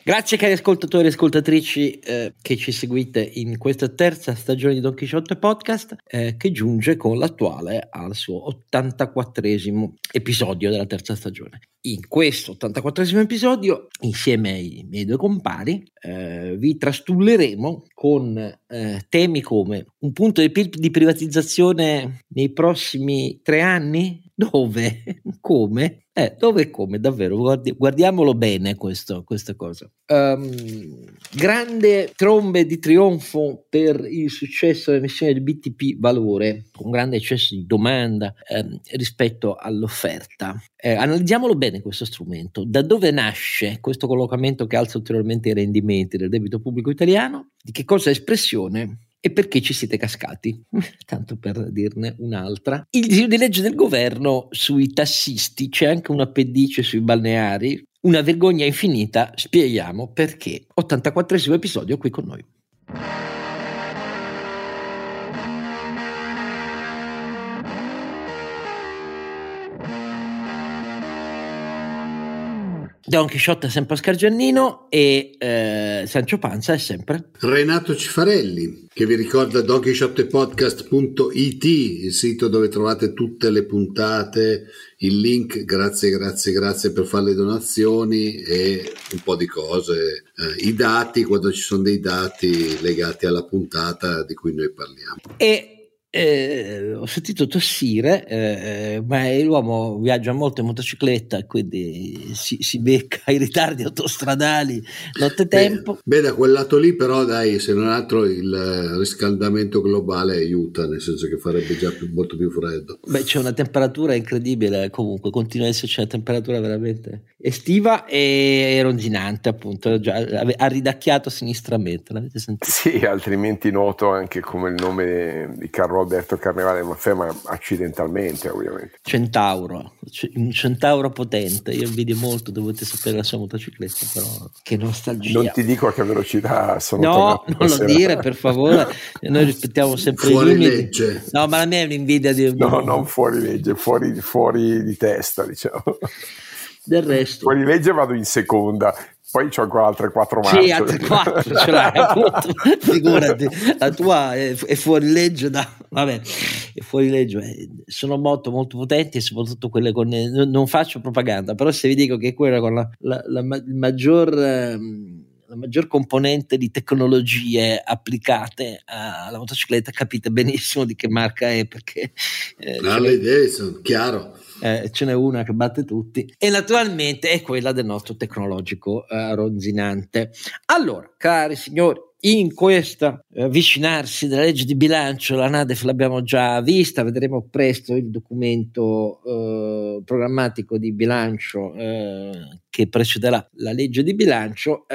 Grazie cari ascoltatori e ascoltatrici che ci seguite in questa terza stagione di Don Chisciotte Podcast che giunge con l'attuale al suo 84esimo episodio della terza stagione. In questo 84esimo episodio, insieme ai miei due compari, vi trastulleremo con temi come un punto di privatizzazione nei prossimi 3 anni? Dove? Come? Dove e come? Davvero, guardiamolo bene questa cosa. Grande trombe di trionfo per il successo dell'emissione del BTP Valore, con grande eccesso di domanda rispetto all'offerta. Analizziamolo bene questo strumento. Da dove nasce questo collocamento che alza ulteriormente i rendimenti del debito pubblico italiano? Di che cosa è espressione? E perché ci siete cascati? Tanto per dirne un'altra. Il disegno di legge del governo sui tassisti, c'è anche un appendice sui balneari, una vergogna infinita, spieghiamo perché. 84esimo episodio qui con noi. Don Chisciotte è sempre Oscar Giannino e Sancio Panza è sempre Renato Cifarelli, che vi ricorda donchisciottepodcast.it, il sito dove trovate tutte le puntate, il link, grazie per fare le donazioni e un po' di cose, i dati, quando ci sono dei dati legati alla puntata di cui noi parliamo. E ho sentito tossire, ma l'uomo viaggia molto in motocicletta e quindi si becca i ritardi autostradali nottetempo. Beh, da quel lato lì però dai, se non altro il riscaldamento globale aiuta, nel senso che farebbe già molto più freddo. Beh, c'è una temperatura incredibile, comunque continua ad esserci una temperatura veramente estiva e ronzinante, appunto, ha ridacchiato sinistramente, l'avete sentito? Sì, altrimenti noto anche come il nome di Carlo Alberto Carnevale Maffè, ma accidentalmente ovviamente. Centauro, un centauro potente, io invidio molto, dovete sapere la sua motocicletta, però che nostalgia. Non ti dico a che velocità sono tornato. No, non lo dire per favore, noi rispettiamo sempre fuori i limiti. Legge. No, ma la mia è un'invidia di... No, non fuori legge, fuori di testa, diciamo. Del resto. Fuori legge vado in seconda. Poi c'ho ancora altre 4 marce. Sì, altre 4 ce l'hai, appunto. Figurati, la tua è fuori legge, vabbè, è fuori legge. Sono molto potenti e soprattutto quelle con... Non faccio propaganda, però se vi dico che è quella con la maggior componente di tecnologie applicate alla motocicletta, capite benissimo di che marca è, perché Harley Davidson, chiaro. Ce n'è una che batte tutti e naturalmente è quella del nostro tecnologico ronzinante. Allora, cari signori, in questo avvicinarsi della legge di bilancio, la NADEF l'abbiamo già vista, vedremo presto il documento programmatico di bilancio che precederà la legge di bilancio.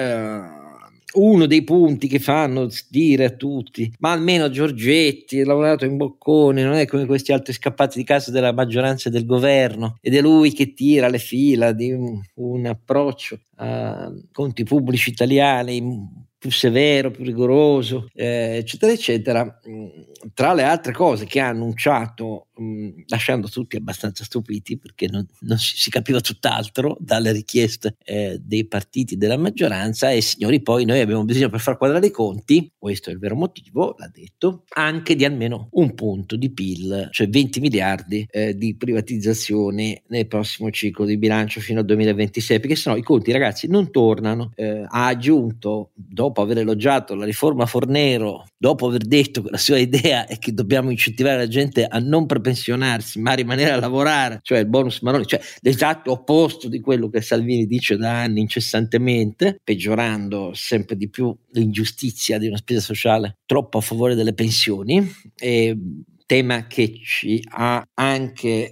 Uno dei punti che fanno dire a tutti, ma almeno Giorgetti ha lavorato in boccone, non è come questi altri scappati di casa della maggioranza e del governo, ed è lui che tira le fila di un approccio a conti pubblici italiani più severo, più rigoroso, eccetera eccetera. Tra le altre cose che ha annunciato, lasciando tutti abbastanza stupiti, perché non si capiva tutt'altro dalle richieste dei partiti della maggioranza, e signori, poi noi abbiamo bisogno, per far quadrare i conti, questo è il vero motivo, l'ha detto, anche di almeno un punto di PIL, cioè 20 miliardi di privatizzazione nel prossimo ciclo di bilancio fino al 2026, perché sennò i conti, ragazzi, non tornano. Ha aggiunto, dopo aver elogiato la riforma Fornero, dopo aver detto che la sua idea è che dobbiamo incentivare la gente a non prepensionarsi ma a rimanere a lavorare, cioè il bonus Maroni, cioè l'esatto opposto di quello che Salvini dice da anni incessantemente, peggiorando sempre di più l'ingiustizia di una spesa sociale troppo a favore delle pensioni, tema che ci ha anche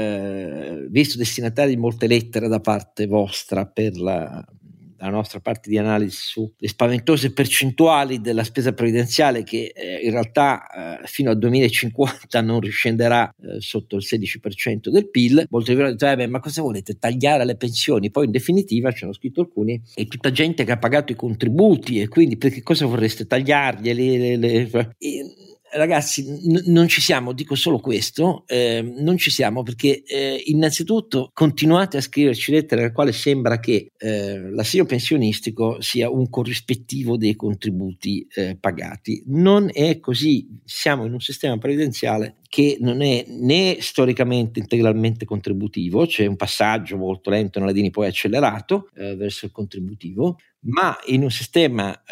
visto destinatari di molte lettere da parte vostra per la nostra parte di analisi sulle spaventose percentuali della spesa previdenziale che in realtà fino al 2050 non riscenderà sotto il 16% del PIL. Molti hanno detto ma cosa volete, tagliare le pensioni? Poi in definitiva, ci hanno scritto alcuni, è tutta gente che ha pagato i contributi e quindi perché cosa vorreste tagliarglieli? ragazzi, non ci siamo, dico solo questo, non ci siamo perché innanzitutto continuate a scriverci lettere nel quale sembra che l'assegno pensionistico sia un corrispettivo dei contributi pagati. Non è così, siamo in un sistema previdenziale che non è né storicamente integralmente contributivo, c'è un passaggio molto lento, nella Dini poi accelerato verso il contributivo, ma in un sistema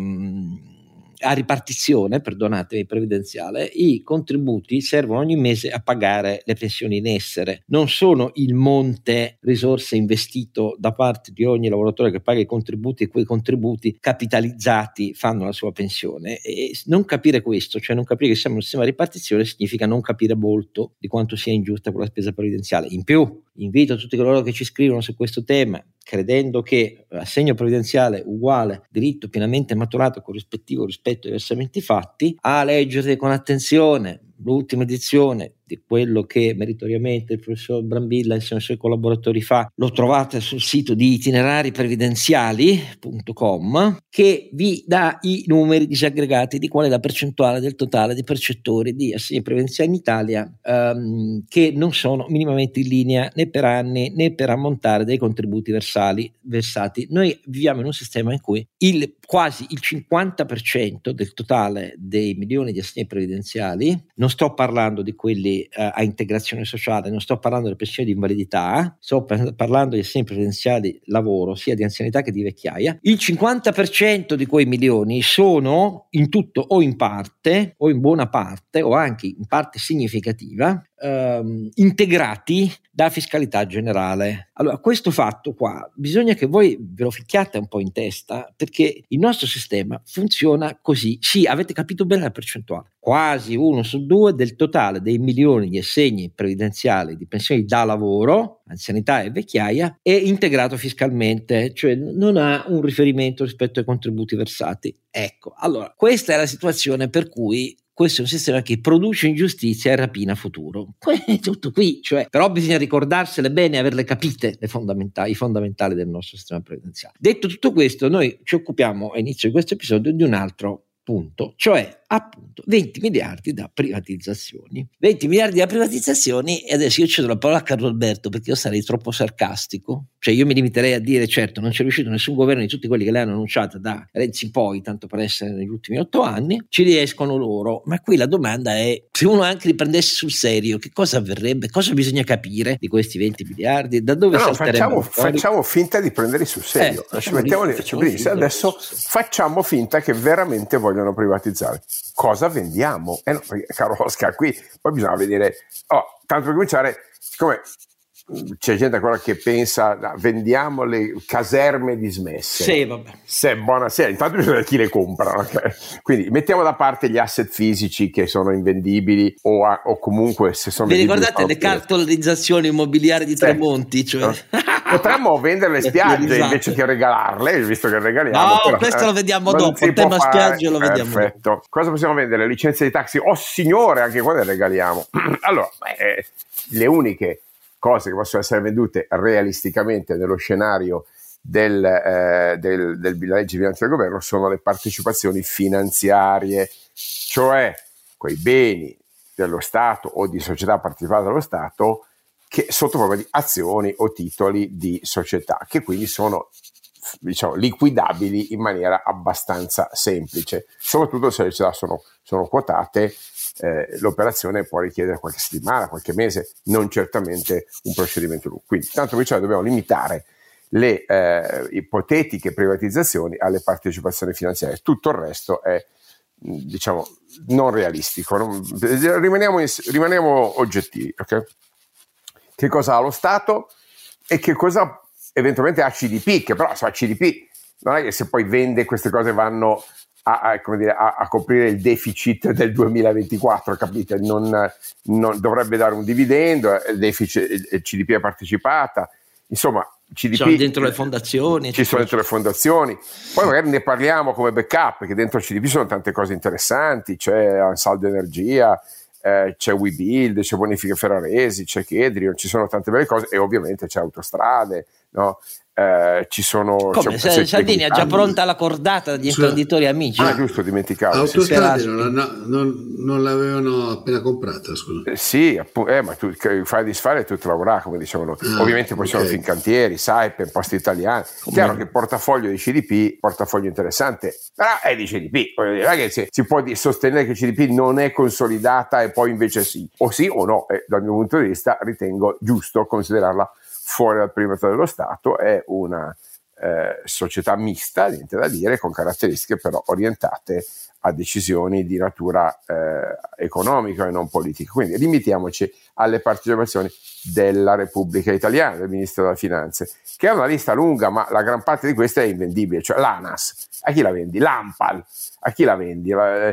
a ripartizione, perdonatemi, previdenziale, i contributi servono ogni mese a pagare le pensioni in essere, non sono il monte risorse investito da parte di ogni lavoratore che paga i contributi e quei contributi capitalizzati fanno la sua pensione. E non capire questo, cioè non capire che siamo in un sistema di ripartizione, significa non capire molto di quanto sia ingiusta quella spesa previdenziale. In più, invito tutti coloro che ci scrivono su questo tema, credendo che assegno previdenziale uguale diritto pienamente maturato corrispettivo rispetto ai versamenti fatti, a leggere con attenzione l'ultima edizione di quello che meritoriamente il professor Brambilla insieme ai suoi collaboratori fa. Lo trovate sul sito di itinerariprevidenziali.com, che vi dà i numeri disaggregati di qual è la percentuale del totale di percettori di assegni previdenziali in Italia che non sono minimamente in linea né per anni né per ammontare dei contributi versati. Noi viviamo in un sistema in cui quasi il 50% del totale dei milioni di assegni previdenziali, non sto parlando di quelli a integrazione sociale, non sto parlando delle pensioni di invalidità, sto parlando di assegni previdenziali lavoro, sia di anzianità che di vecchiaia, il 50% di quei milioni sono in tutto o in parte o in buona parte o anche in parte significativa integrati da fiscalità generale. Allora, questo fatto qua bisogna che voi ve lo ficchiate un po' in testa, perché il nostro sistema funziona così. Sì, avete capito bene la percentuale, quasi 1 su 2 del totale dei milioni di assegni previdenziali di pensioni da lavoro, anzianità e vecchiaia, è integrato fiscalmente, cioè non ha un riferimento rispetto ai contributi versati. Ecco, allora, questa è la situazione per cui questo è un sistema che produce ingiustizia e rapina futuro. È tutto qui, cioè, però bisogna ricordarsele bene e averle capite i fondamentali del nostro sistema previdenziale. Detto tutto questo, noi ci occupiamo a inizio di questo episodio di un altro punto, cioè appunto 20 miliardi da privatizzazioni. 20 miliardi da privatizzazioni, e adesso io cedo la parola a Carlo Alberto perché io sarei troppo sarcastico, cioè io mi limiterei a dire certo non c'è riuscito nessun governo di tutti quelli che le hanno annunciate da Renzi in poi, tanto per essere negli ultimi 8 anni, ci riescono loro, ma qui la domanda è, se uno anche li prendesse sul serio, che cosa avverrebbe, cosa bisogna capire di questi 20 miliardi, da dove salteremo? Facciamo finta di prenderli sul serio, adesso facciamo finta che veramente vogliono privatizzare. Cosa vendiamo? No, caro Oscar, qui poi bisogna vedere, tanto per cominciare, siccome c'è gente ancora che pensa vendiamo le caserme dismesse, sì, vabbè. Se è buona, intanto bisogna vedere chi le compra, okay? Quindi mettiamo da parte gli asset fisici che sono invendibili o comunque se sono vi ricordate le cartolarizzazioni immobiliari di Tremonti, cioè potremmo vendere le spiagge invece che regalarle, visto che regaliamo. No, però, questo lo vediamo dopo, il tema spiagge lo vediamo. Perfetto. Dopo. Cosa possiamo vendere? Licenze di taxi? Oh signore, anche quando le regaliamo. Allora, le uniche cose che possono essere vendute realisticamente nello scenario legge di bilancio del governo sono le partecipazioni finanziarie, cioè quei beni dello Stato o di società partecipate dallo Stato che sotto forma di azioni o titoli di società, che quindi sono liquidabili in maniera abbastanza semplice, soprattutto se le società sono quotate. L'operazione può richiedere qualche settimana, qualche mese, non certamente un procedimento lungo. Quindi tanto dobbiamo limitare le ipotetiche privatizzazioni alle partecipazioni finanziarie, tutto il resto è non realistico. Rimaniamo oggettivi, ok? Che cosa ha lo Stato e che cosa eventualmente ha CDP, che però CDP non è che se poi vende queste cose vanno a coprire il deficit del 2024, capite? Non dovrebbe dare un dividendo, il CDP è partecipata, insomma CDP, sono dentro le fondazioni, ci sono dentro le fondazioni, poi magari ne parliamo come backup, perché dentro il CDP sono tante cose interessanti, c'è Ansaldo Energia, c'è WeBuild, c'è Bonifiche Ferraresi, c'è Kedrion, ci sono tante belle cose e ovviamente c'è Autostrade, no? Ci sono come Salvini ha già pronta la cordata degli imprenditori amici. Giusto, dimenticavo. Autostrade non l'avevano appena comprata, scusa. Sì, ma tu fai disfare tutto lavorare, come dicevano. Ovviamente poi sono Fincantieri, Saipem, Poste Italiane. Chiaro che il portafoglio di CDP, portafoglio interessante, però è di CDP. Non è che si può sostenere che CDP non è consolidata e poi invece sì o no. Dal mio punto di vista ritengo giusto considerarla fuori dal perimetro dello Stato. È una società mista, niente da dire, con caratteristiche però orientate a decisioni di natura economica e non politica. Quindi limitiamoci alle partecipazioni della Repubblica Italiana, del Ministro delle Finanze, che è una lista lunga, ma la gran parte di questa è invendibile. Cioè l'ANAS, a chi la vendi? L'ANPAL, a chi la vendi?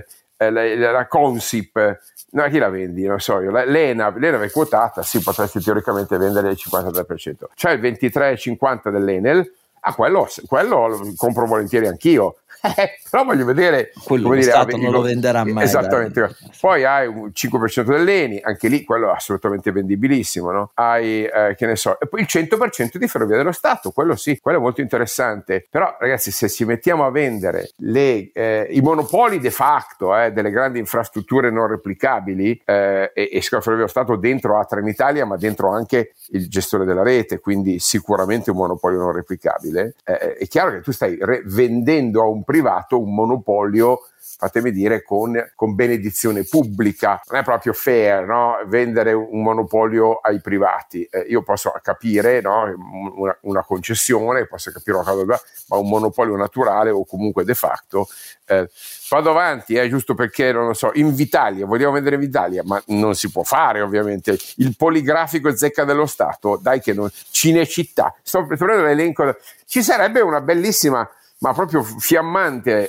La Consip, no, a chi la vendi? Non so io. L'ENAV è quotata, sì, potresti teoricamente vendere il 53%. C'è il 23,50% dell'Enel, quello compro volentieri anch'io. Però voglio vedere quello come lo dire, Stato non lo venderà mai. Esattamente. Dai. Poi hai un 5% dell'ENI, anche lì quello è assolutamente vendibilissimo, no? Hai che ne so, e poi il 100% di Ferrovie dello Stato, quello sì, quello è molto interessante. Però ragazzi, se ci mettiamo a vendere i monopoli de facto delle grandi infrastrutture non replicabili, e Ferrovie dello Stato dentro ha Trenitalia, ma dentro anche il gestore della rete, quindi sicuramente un monopolio non replicabile, è chiaro che tu stai vendendo a un privato un monopolio, fatemi dire, con benedizione pubblica. Non è proprio fair, no? Vendere un monopolio ai privati. Io posso capire, no? una concessione, posso capire una cosa, ma un monopolio naturale o comunque de facto. Vado avanti, giusto perché, non lo so, Invitalia, vogliamo vendere Invitalia, ma non si può fare ovviamente. Il poligrafico e Zecca dello Stato, dai che non... Cinecittà, sto prendendo l'elenco, ci sarebbe una bellissima, ma proprio fiammante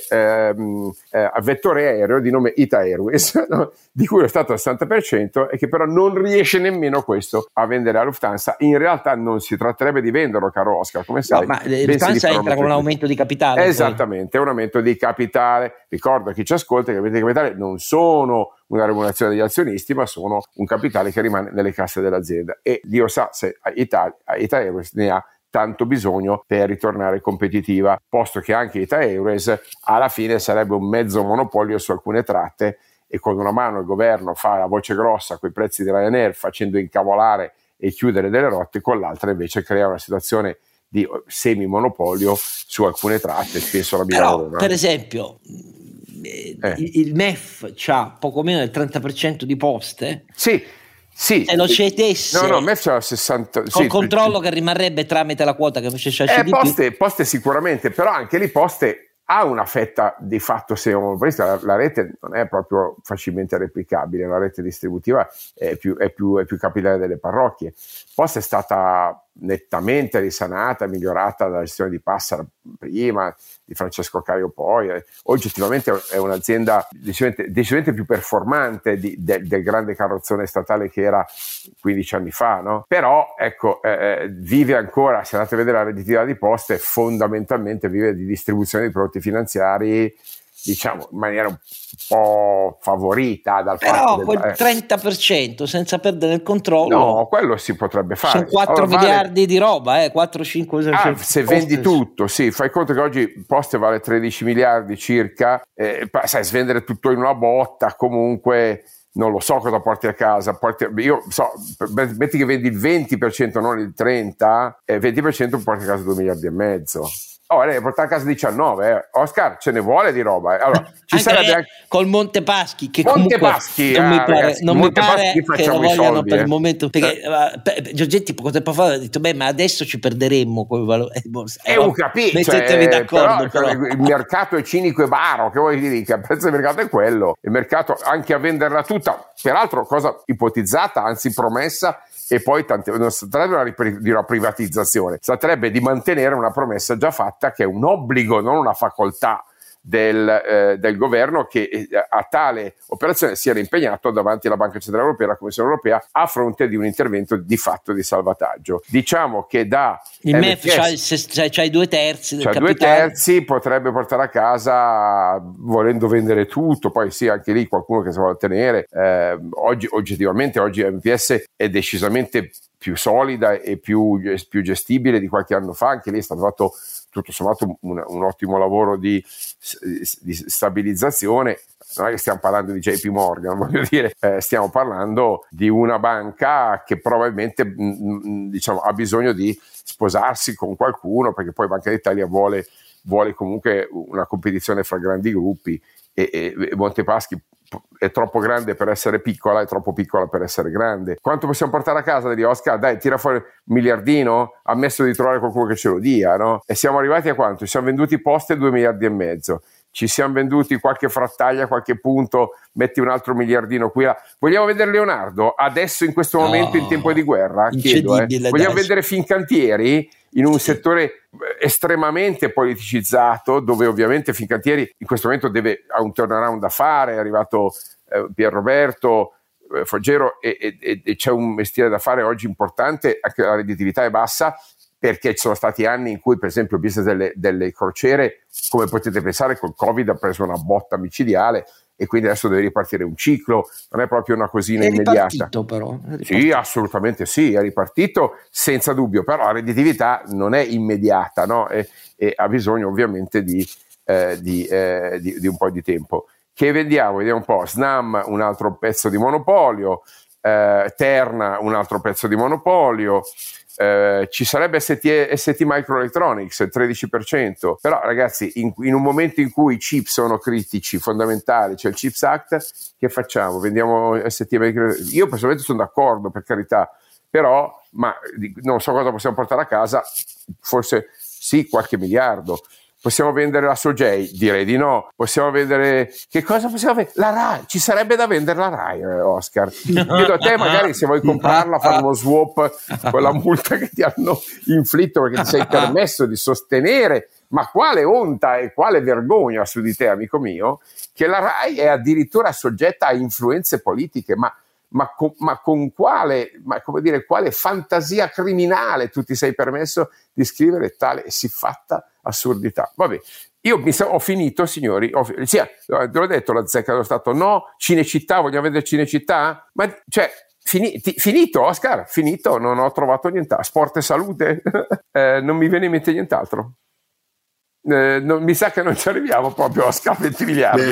vettore aereo di nome Ita Airways, no? Di cui lo Stato al 60% e che però non riesce nemmeno questo a vendere a Lufthansa. In realtà non si tratterebbe di venderlo, caro Oscar, come sai. No, ma Lufthansa entra con un aumento di capitale. Esattamente, un aumento di capitale. Ricordo a chi ci ascolta che aumenti di capitale non sono una remunerazione degli azionisti, ma sono un capitale che rimane nelle casse dell'azienda. E Dio sa se Ita Airways ne ha tanto bisogno per ritornare competitiva, posto che anche Ita Airways alla fine sarebbe un mezzo monopolio su alcune tratte, e con una mano il governo fa la voce grossa coi prezzi di Ryanair facendo incavolare e chiudere delle rotte, con l'altra invece crea una situazione di semi-monopolio su alcune tratte, spesso la Milano. Però, per esempio, il MEF c'ha poco meno del 30% di poste. Sì. Se lo cedesse, no, MEF c'ha 60, col controllo che rimarrebbe tramite la quota che c'è CDP. Poste sicuramente, però anche lì Poste ha una fetta di fatto, se monopolista. La rete non è proprio facilmente replicabile, la rete distributiva è più capillare delle parrocchie. Poste è stata nettamente risanata, migliorata dalla gestione di Passera prima, di Francesco Caio poi. Oggettivamente è un'azienda decisamente più performante del grande carrozzone statale che era 15 anni fa, no? Però ecco, vive ancora, se andate a vedere la redditività di Poste, fondamentalmente vive di distribuzione di prodotti finanziari, diciamo, in maniera un po' favorita dal fatto. Però quel 30% senza perdere il controllo. No, quello si potrebbe fare. Sono 4 miliardi di roba, 4-5. Se vendi tutto, sì, fai conto che oggi Poste vale 13 miliardi circa, sai, svendere tutto in una botta, comunque non lo so cosa porti a casa. Io so, metti che vendi il 20%, non il 30%, 20% porti a casa 2 miliardi e mezzo. Lei porta a casa 19, Oscar, ce ne vuole di roba. Allora, ci sarebbe anche col Montepaschi, che Montepaschi, non mi pare che lo vogliano soldi, per il momento, perché Giorgetti poco tempo fa ha detto ma adesso ci perderemmo quei valori. Mettetevi d'accordo, però. Il mercato è cinico e baro, che vuoi dire? Il prezzo del mercato è quello, il mercato anche a venderla tutta, peraltro cosa ipotizzata, anzi promessa. E poi non si tratterebbe di una privatizzazione, si tratterebbe di mantenere una promessa già fatta, che è un obbligo, non una facoltà del governo, che a tale operazione si era impegnato davanti alla Banca Centrale Europea e alla Commissione Europea a fronte di un intervento di fatto di salvataggio. Diciamo che da il MEF c'ha i 2/3 del capitale. 2/3 potrebbe portare a casa, volendo vendere tutto, poi sì, anche lì qualcuno che si vuole tenere. Oggettivamente oggi MPS è decisamente più solida e più gestibile di qualche anno fa. Anche lì è stato fatto tutto sommato un ottimo lavoro di stabilizzazione. Non è che stiamo parlando di JP Morgan, voglio dire, stiamo parlando di una banca che probabilmente diciamo ha bisogno di sposarsi con qualcuno, perché poi Banca d'Italia vuole comunque una competizione fra grandi gruppi, e Montepaschi è troppo grande per essere piccola, è troppo piccola per essere grande. Quanto possiamo portare a casa? Di Oscar, dai, tira fuori 1 miliardino, ammesso di trovare qualcuno che ce lo dia, no? E siamo arrivati a quanto? Ci siamo venduti Poste 2,5 miliardi, ci siamo venduti qualche frattaglia, qualche punto, metti un altro miliardino qui. Vogliamo vedere Leonardo adesso, in questo momento, in tempo di guerra? Chiedo, vogliamo vedere Fincantieri in un settore estremamente politicizzato, dove ovviamente Fincantieri in questo momento ha un turnaround da fare, è arrivato Pierroberto Foggero e c'è un mestiere da fare oggi importante, anche la redditività è bassa, perché ci sono stati anni in cui per esempio il business delle crociere, come potete pensare, col Covid ha preso una botta micidiale, e quindi adesso deve ripartire un ciclo, non è proprio una cosina immediata. Ripartito, però. È ripartito. Sì, assolutamente sì, è ripartito senza dubbio, però la redditività non è immediata, no? E ha bisogno ovviamente di un po' di tempo. Che vediamo un po', Snam un altro pezzo di monopolio, Terna un altro pezzo di monopolio, ci sarebbe ST Microelectronics, il 13%, però ragazzi in un momento in cui i chip sono critici, fondamentali, c'è il Chips Act, che facciamo? Vendiamo ST Microelectronics? Io personalmente sono d'accordo, per carità, però non so cosa possiamo portare a casa, forse sì, qualche miliardo. Possiamo vendere la Sogei? Direi di no. Possiamo vendere... Che cosa possiamo vendere? La RAI. Ci sarebbe da vendere la RAI, Oscar. Chiedo a te, magari, se vuoi comprarla, fare uno swap con la multa che ti hanno inflitto, perché ti sei permesso di sostenere, ma quale onta e quale vergogna su di te, amico mio, che la RAI è addirittura soggetta a influenze politiche, ma con quale fantasia criminale tu ti sei permesso di scrivere tale siffatta assurdità. Vabbè, io ho finito, signori. Te l'ho detto, la zecca dello Stato no. Cinecittà, vogliamo vedere Cinecittà? Ma cioè, finito, Oscar, finito, non ho trovato nient'altro. Sport e salute, non mi viene in mente nient'altro. Mi sa che non ci arriviamo proprio a 20 miliardi.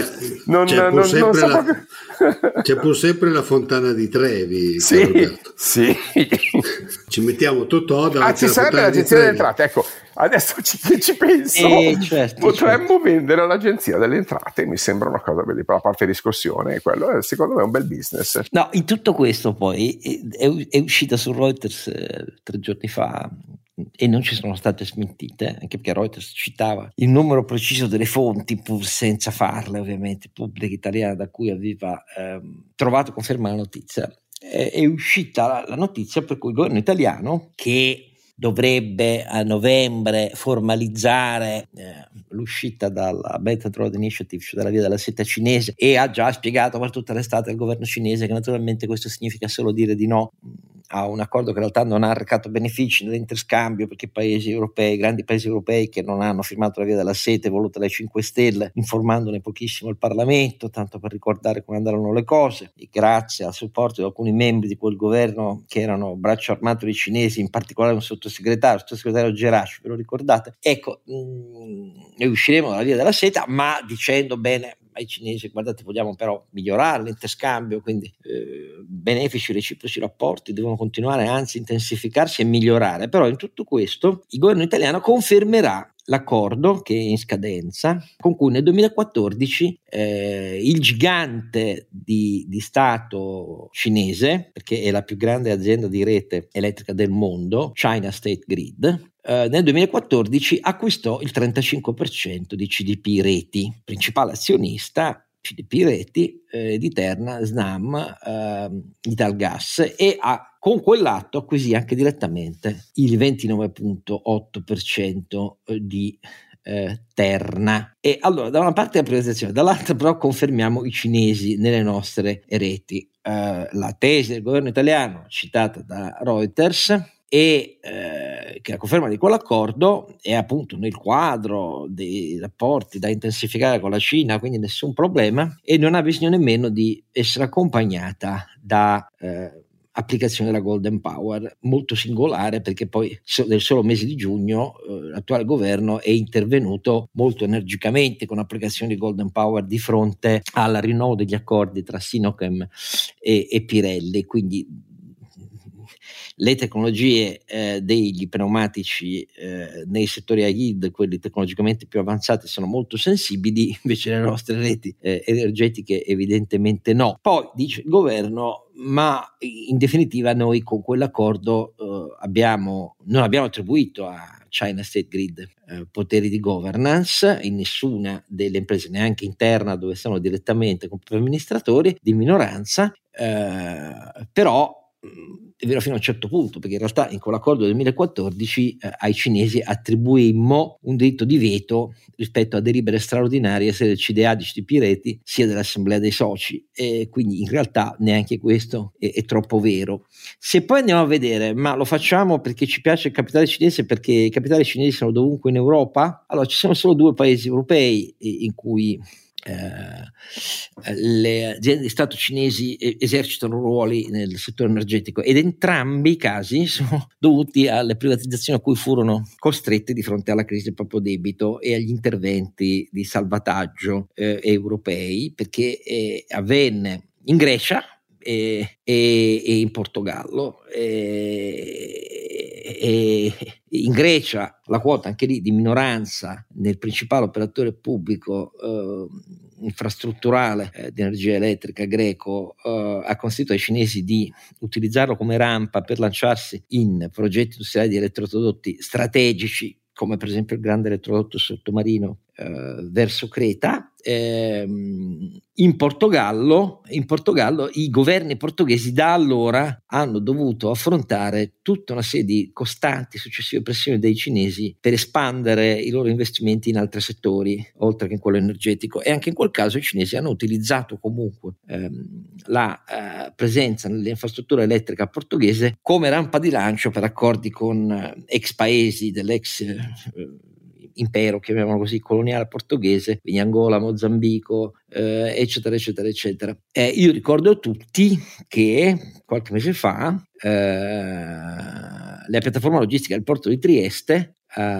C'è pur sempre la Fontana di Trevi. Sì. Ci mettiamo Totò davanti. Ci sarebbe l'agenzia delle entrate, ecco, adesso ci penso, potremmo vendere l'agenzia delle entrate, mi sembra una cosa bella, per la parte riscossione, quello secondo me è un bel business. No, in tutto questo poi è uscita su Reuters 3 giorni fa, e non ci sono state smentite, anche perché Reuters citava il numero preciso delle fonti, pur senza farle ovviamente pubbliche, italiane, da cui aveva trovato conferma la notizia. È uscita la notizia per cui il governo italiano, che dovrebbe a novembre formalizzare l'uscita dalla Belt and Road Initiative, cioè dalla via della seta cinese, e ha già spiegato per tutta l'estate al governo cinese che naturalmente questo significa solo dire di no a un accordo che in realtà non ha arrecato benefici nell'interscambio, perché paesi europei, grandi paesi europei che non hanno firmato la via della seta voluta dai 5 Stelle, informandone pochissimo il Parlamento, tanto per ricordare come andarono le cose, e grazie al supporto di alcuni membri di quel governo che erano braccio armato dei cinesi, in particolare un sottosegretario Geraci, ve lo ricordate? Ecco, noi usciremo dalla via della seta, ma dicendo bene ai cinesi: guardate, vogliamo però migliorare l'interscambio, quindi benefici reciproci rapporti devono continuare, anzi intensificarsi e migliorare. Però in tutto questo il governo italiano confermerà l'accordo che è in scadenza, con cui nel 2014 il gigante di Stato cinese, perché è la più grande azienda di rete elettrica del mondo, China State Grid, nel 2014 acquistò il 35% di CDP Reti, principale azionista CDP Reti di Terna, Snam, Italgas, e con quell'atto acquisì anche direttamente il 29,8% di Terna. E allora, da una parte la privatizzazione, dall'altra però confermiamo i cinesi nelle nostre reti. La tesi del governo italiano citata da Reuters e che a conferma di quell'accordo è appunto nel quadro dei rapporti da intensificare con la Cina, quindi nessun problema, e non ha bisogno nemmeno di essere accompagnata da applicazione della Golden Power, molto singolare perché poi nel solo mese di giugno l'attuale governo è intervenuto molto energicamente con applicazione di Golden Power di fronte al rinnovo degli accordi tra Sinochem e Pirelli, quindi le tecnologie degli pneumatici nei settori high-yield, quelli tecnologicamente più avanzati, sono molto sensibili, invece le nostre reti energetiche evidentemente no. Poi dice il governo, ma in definitiva noi con quell'accordo non abbiamo attribuito a China State Grid poteri di governance in nessuna delle imprese, neanche interna dove sono direttamente come amministratori di minoranza, però è vero fino a un certo punto, perché in realtà in quell'accordo del 2014 ai cinesi attribuimmo un diritto di veto rispetto a delibere straordinarie sia del CDA di CDP Reti sia dell'Assemblea dei Soci, e quindi in realtà neanche questo è troppo vero. Se poi andiamo a vedere, ma lo facciamo perché ci piace il capitale cinese, perché i capitali cinesi sono dovunque in Europa? Allora, ci sono solo 2 paesi europei in cui le aziende di Stato cinesi esercitano ruoli nel settore energetico, ed entrambi i casi sono dovuti alle privatizzazioni a cui furono costrette di fronte alla crisi del proprio debito e agli interventi di salvataggio europei, perché avvenne in Grecia e in Portogallo. E in Grecia la quota anche lì di minoranza nel principale operatore pubblico infrastrutturale di energia elettrica greco ha consentito ai cinesi di utilizzarlo come rampa per lanciarsi in progetti industriali di elettrodotti strategici, come per esempio il grande elettrodotto sottomarino verso Creta. In Portogallo i governi portoghesi da allora hanno dovuto affrontare tutta una serie di costanti successive pressioni dei cinesi per espandere i loro investimenti in altri settori oltre che in quello energetico, e anche in quel caso i cinesi hanno utilizzato comunque la presenza nell'infrastruttura elettrica portoghese come rampa di lancio per accordi con ex paesi dell'ex impero, chiamiamolo così, coloniale portoghese, quindi Angola, Mozambico, eccetera eccetera eccetera. Io ricordo a tutti che qualche mese fa la piattaforma logistica del porto di Trieste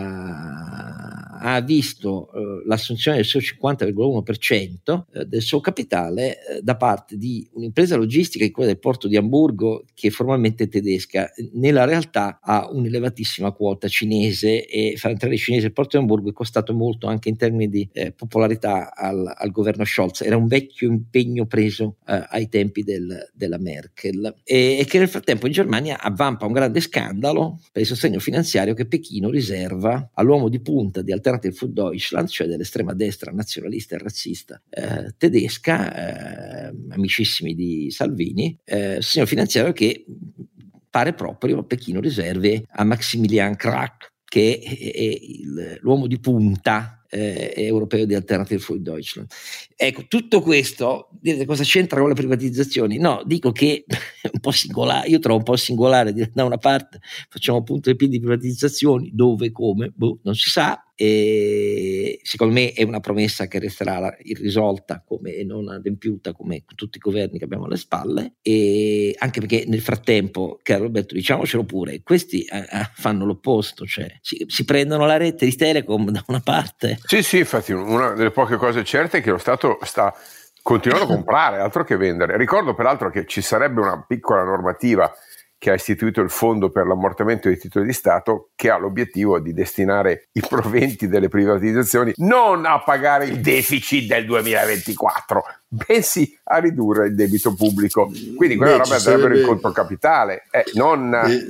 ha visto l'assunzione del suo 50,1% del suo capitale da parte di un'impresa logistica, quella del porto di Amburgo, che è formalmente tedesca, nella realtà ha un'elevatissima quota cinese, e far entrare i cinesi al porto di Amburgo è costato molto anche in termini di popolarità al governo Scholz. Era un vecchio impegno preso ai tempi della Merkel, e che nel frattempo in Germania avvampa un grande scandalo per il sostegno finanziario che Pechino riserva all'uomo di punta di Alternative für Deutschland, cioè dell'estrema destra nazionalista e razzista tedesca, amicissimi di Salvini, sostegno finanziario che pare proprio Pechino riservi a Maximilian Krach, che è l'uomo di punta europeo di Alternative für Deutschland. Ecco, tutto questo, direte cosa c'entra con le privatizzazioni? No, dico che è un po' singolare, io trovo un po' singolare dire da una parte facciamo punto e piedi di privatizzazioni, dove, come, non si sa, e secondo me è una promessa che resterà irrisolta come non adempiuta, come tutti i governi che abbiamo alle spalle, e anche perché nel frattempo, caro Roberto, diciamocelo pure, questi fanno l'opposto, cioè si prendono la rete di Telecom da una parte. Sì, infatti una delle poche cose certe è che lo Stato sta continuando a comprare, altro che vendere. Ricordo peraltro che ci sarebbe una piccola normativa che ha istituito il Fondo per l'ammortamento dei titoli di Stato, che ha l'obiettivo di destinare i proventi delle privatizzazioni non a pagare il deficit del 2024, bensì a ridurre il debito pubblico. Quindi quella roba andrebbero in conto capitale, non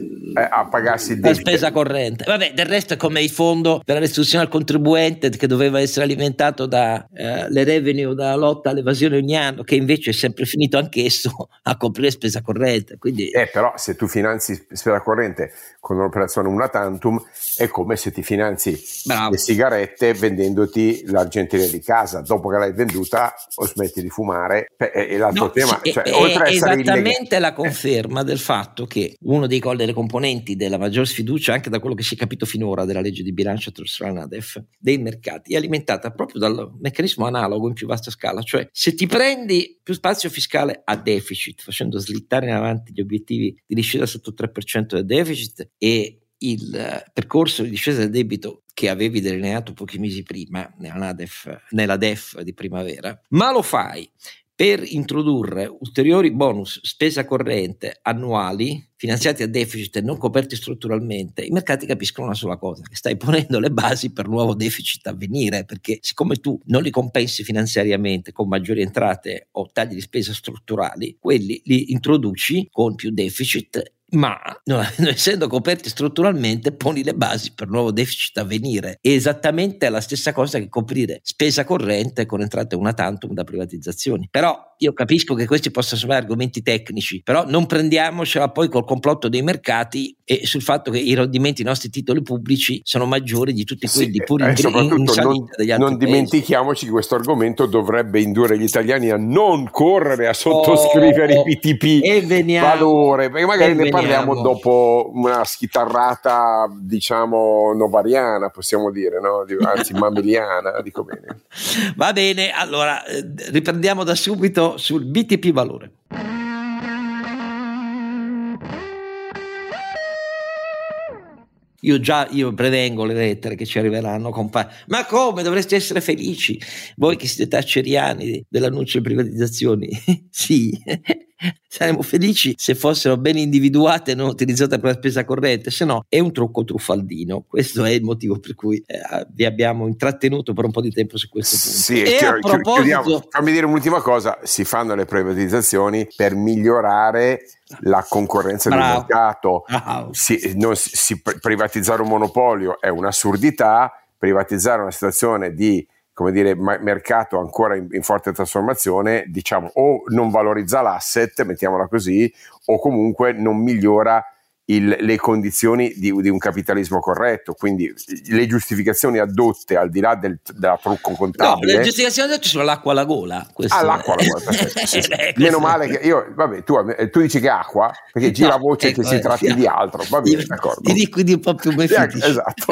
a pagarsi il debito. La spesa corrente. Vabbè, del resto è come il fondo per la restituzione al contribuente che doveva essere alimentato da le revenue, da lotta all'evasione ogni anno, che invece è sempre finito anch'esso a coprire spesa corrente. Quindi però se tu finanzi spesa corrente con un'operazione una tantum è come se ti finanzi le sigarette vendendoti l'argenteria di casa. Dopo che l'hai venduta o smetti di fumare. E l'altro tema, oltre a essere esattamente la conferma del fatto che uno delle componenti della maggior sfiducia, anche da quello che si è capito finora della legge di bilancio attraverso la NADEF, dei mercati, è alimentata proprio dal meccanismo analogo in più vasta scala. Cioè, se ti prendi più spazio fiscale a deficit, facendo slittare in avanti gli obiettivi di discesa sotto il 3% del deficit e il percorso di discesa del debito che avevi delineato pochi mesi prima nella DEF di primavera, ma lo fai per introdurre ulteriori bonus spesa corrente annuali finanziati a deficit e non coperti strutturalmente, i mercati capiscono una sola cosa: che stai ponendo le basi per nuovo deficit a venire, perché siccome tu non li compensi finanziariamente con maggiori entrate o tagli di spesa strutturali, quelli li introduci con più deficit, ma non essendo coperti strutturalmente poni le basi per nuovo deficit a venire. È esattamente la stessa cosa che coprire spesa corrente con entrate una tantum da privatizzazioni. Però io capisco che questi possano sembrare argomenti tecnici, però non prendiamocela poi col complotto dei mercati e sul fatto che i rendimenti dei nostri titoli pubblici sono maggiori di tutti quelli puri in salita degli altri non dimentichiamoci che questo argomento dovrebbe indurre gli italiani a non correre a sottoscrivere i BTP valore, perché magari ne parliamo dopo una schitarrata, diciamo, novariana, possiamo dire, no? Anzi mameliana, dico bene. Va bene, allora riprendiamo da subito sul BTP valore. Io prevengo le lettere che ci arriveranno, ma come dovreste essere felici voi che siete thatcheriani dell'annuncio di privatizzazioni? Sì, saremmo felici se fossero ben individuate e non utilizzate per la spesa corrente, se no è un trucco truffaldino. Questo è il motivo per cui vi abbiamo intrattenuto per un po' di tempo su questo punto. Sì, e a proposito, fammi dire un'ultima cosa: si fanno le privatizzazioni per migliorare la concorrenza del mercato. Privatizzare un monopolio è un'assurdità, privatizzare una situazione di, come dire, mercato ancora in forte trasformazione, diciamo, o non valorizza l'asset, mettiamola così, o comunque non migliora le condizioni di un capitalismo corretto. Quindi le giustificazioni addotte al di là della trucco contabile, le giustificazioni addotte sono l'acqua alla gola. L'acqua alla gola, perfetto, sì. Meno male che tu dici che è acqua, perché gira voce che si tratti di altro, va bene, d'accordo, i liquidi un po' più mefitici. Esatto.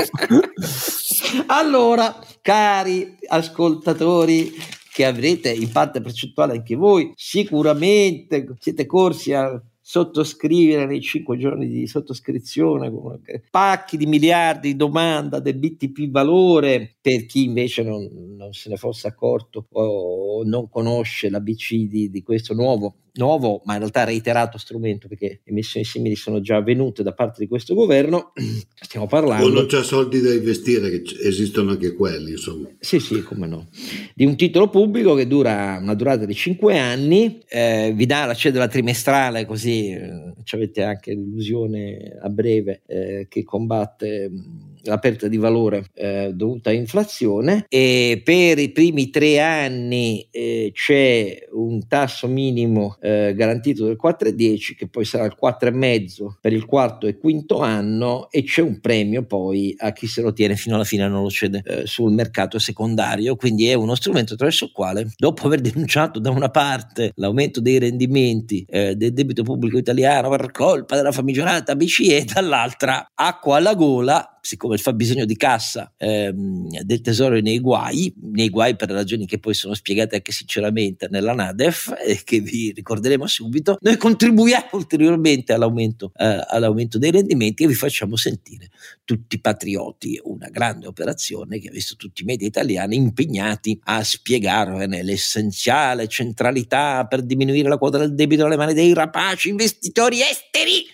Allora, cari ascoltatori, che avrete in parte percentuale anche voi, sicuramente siete corsi a sottoscrivere nei 5 giorni di sottoscrizione pacchi di miliardi di domanda del BTP valore. Per chi invece non se ne fosse accorto o non conosce l'ABC di questo nuovo ma in realtà reiterato strumento, perché emissioni simili sono già avvenute da parte di questo governo, stiamo parlando, o non c'è soldi da investire, che esistono anche quelli, insomma. Sì, come no, di un titolo pubblico che dura una durata di 5 anni, vi dà la cedola trimestrale, così avete anche l'illusione a breve che combatte la perdita di valore dovuta a inflazione, e per i primi 3 anni c'è un tasso minimo garantito del 4,10, che poi sarà il 4,5 per il quarto e quinto anno, e c'è un premio poi a chi se lo tiene fino alla fine, non lo cede sul mercato secondario. Quindi è uno strumento attraverso il quale, dopo aver denunciato da una parte l'aumento dei rendimenti del debito pubblico italiano per colpa della famigerata BCE, dall'altra acqua alla gola, siccome il fabbisogno di cassa del tesoro è nei guai per ragioni che poi sono spiegate anche sinceramente nella NADEF e che vi ricorderemo subito, noi contribuiamo ulteriormente all'aumento dei rendimenti e vi facciamo sentire tutti patrioti. Una grande operazione che ha visto tutti i media italiani impegnati a spiegarvene l'essenziale centralità per diminuire la quota del debito alle mani dei rapaci investitori esteri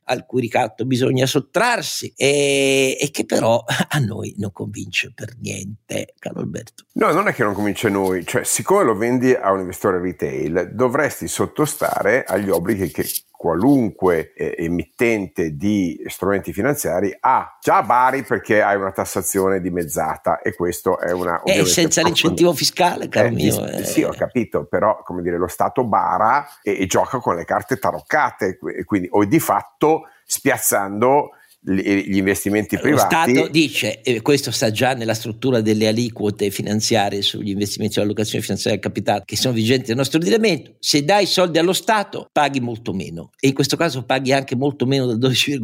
al cui ricatto bisogna sottrarsi e che però a noi non convince per niente, caro Alberto. No, non è che non convince noi, cioè siccome lo vendi a un investitore retail dovresti sottostare agli obblighi che qualunque emittente di strumenti finanziari ha già a Bari, perché hai una tassazione dimezzata, e questo è una senza l'incentivo fiscale, caro mio. Sì, ho capito, però come dire, lo Stato bara e gioca con le carte taroccate, quindi o di fatto spiazzando gli investimenti privati. Lo Stato dice, e questo sta già nella struttura delle aliquote finanziarie sugli investimenti sull'allocazione finanziaria del capitale che sono vigenti nel nostro ordinamento: se dai soldi allo Stato paghi molto meno, e in questo caso paghi anche molto meno del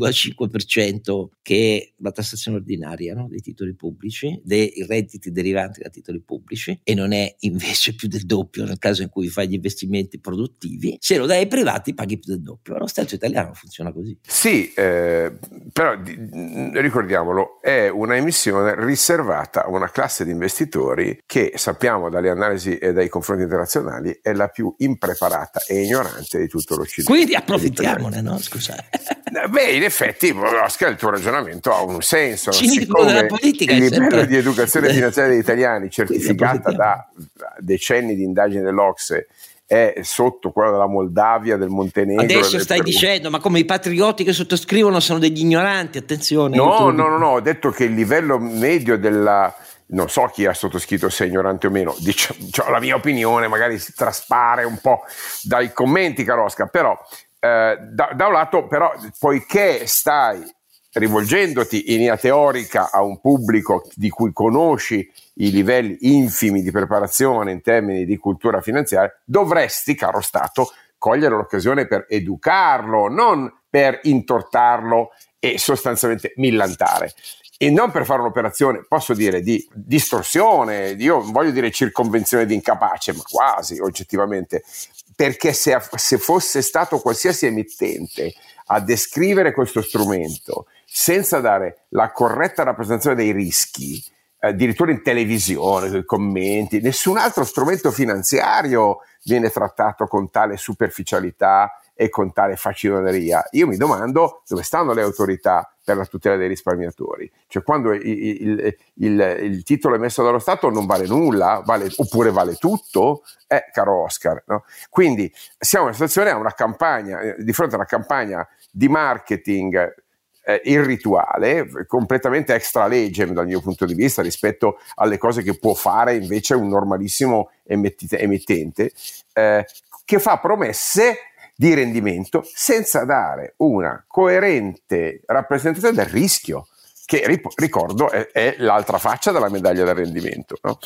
12,5% che è la tassazione ordinaria, no? Dei titoli pubblici, dei redditi derivanti da titoli pubblici, e non è invece più del doppio nel caso in cui fai gli investimenti produttivi. Se lo dai ai privati paghi più del doppio. Lo Stato italiano funziona così. Sì, però ricordiamolo, è una emissione riservata a una classe di investitori che sappiamo dalle analisi e dai confronti internazionali è la più impreparata e ignorante di tutto l'Occidente. Quindi approfittiamone, no? Scusate. Beh, in effetti, Oscar, il tuo ragionamento ha un senso. Cinismo della politica. Il livello di educazione finanziaria degli italiani, certificata da decenni di indagini dell'OCSE, è sotto quello della Moldavia, del Montenegro. Adesso stai dicendo, ma come i patrioti che sottoscrivono sono degli ignoranti? Attenzione. No, ho detto che il livello medio non so chi ha sottoscritto, se è ignorante o meno, cioè, la mia opinione magari si traspare un po' dai commenti, caro Oscar, però da un lato, però, poiché stai rivolgendoti in linea teorica a un pubblico di cui conosci i livelli infimi di preparazione in termini di cultura finanziaria, dovresti, caro Stato, cogliere l'occasione per educarlo, non per intortarlo e sostanzialmente millantare. E non per fare un'operazione, posso dire, di distorsione, io voglio dire circonvenzione di incapace, ma quasi oggettivamente, perché se fosse stato qualsiasi emittente a descrivere questo strumento senza dare la corretta rappresentazione dei rischi, addirittura in televisione, con i commenti, nessun altro strumento finanziario viene trattato con tale superficialità e con tale faciloneria. Io mi domando dove stanno le autorità per la tutela dei risparmiatori, cioè quando il titolo emesso dallo Stato non vale nulla, oppure vale tutto, caro Oscar, no? Quindi siamo in una situazione, a una campagna, di fronte a una campagna di marketing irrituale, completamente extra legem dal mio punto di vista rispetto alle cose che può fare invece un normalissimo emittente, che fa promesse di rendimento senza dare una coerente rappresentazione del rischio, che ricordo è l'altra faccia della medaglia del rendimento, no?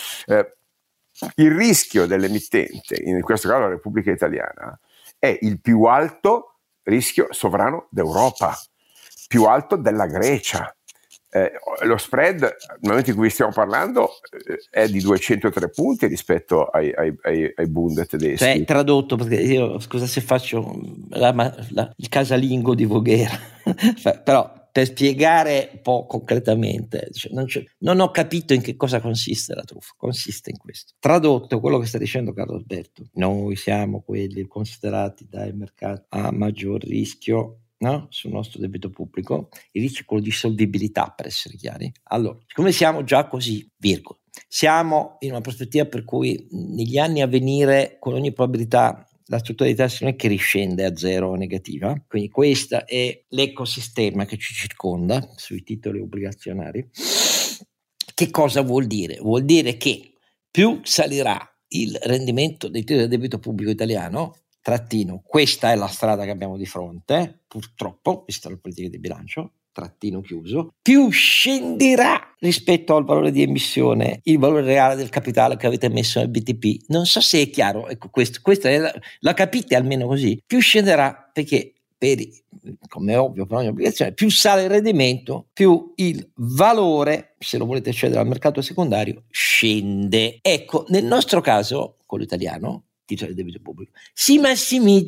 Il rischio dell'emittente, in questo caso la Repubblica Italiana, è il più alto rischio sovrano d'Europa, più alto della Grecia. Lo spread nel momento in cui stiamo parlando è di 203 punti rispetto ai Bund tedeschi. Cioè, tradotto, perché io, scusa se faccio il casalingo di Voghera però per spiegare un po' concretamente, cioè, non ho capito in che cosa consiste la truffa. Consiste in questo: tradotto quello che sta dicendo Carlo Alberto, noi siamo quelli considerati dai mercati a maggior rischio, no? Sul nostro debito pubblico, il rischio è quello di solvibilità, per essere chiari. Allora, siccome siamo già così, virgola, siamo in una prospettiva per cui negli anni a venire, con ogni probabilità, la struttura di tassi non è che riscende a zero o negativa, quindi questo è l'ecosistema che ci circonda sui titoli obbligazionari. Che cosa vuol dire? Vuol dire che più salirà il rendimento dei titoli del debito pubblico italiano, trattino, questa è la strada che abbiamo di fronte, purtroppo, vista la politica di bilancio, trattino chiuso, più scenderà rispetto al valore di emissione il valore reale del capitale che avete messo nel BTP. Non so se è chiaro, ecco, questa è la capite almeno così, più scenderà perché, come è ovvio per ogni obbligazione, più sale il rendimento, più il valore, se lo volete cedere al mercato secondario, scende. Ecco, nel nostro caso, quello italiano, titolo del debito pubblico, si massimizza.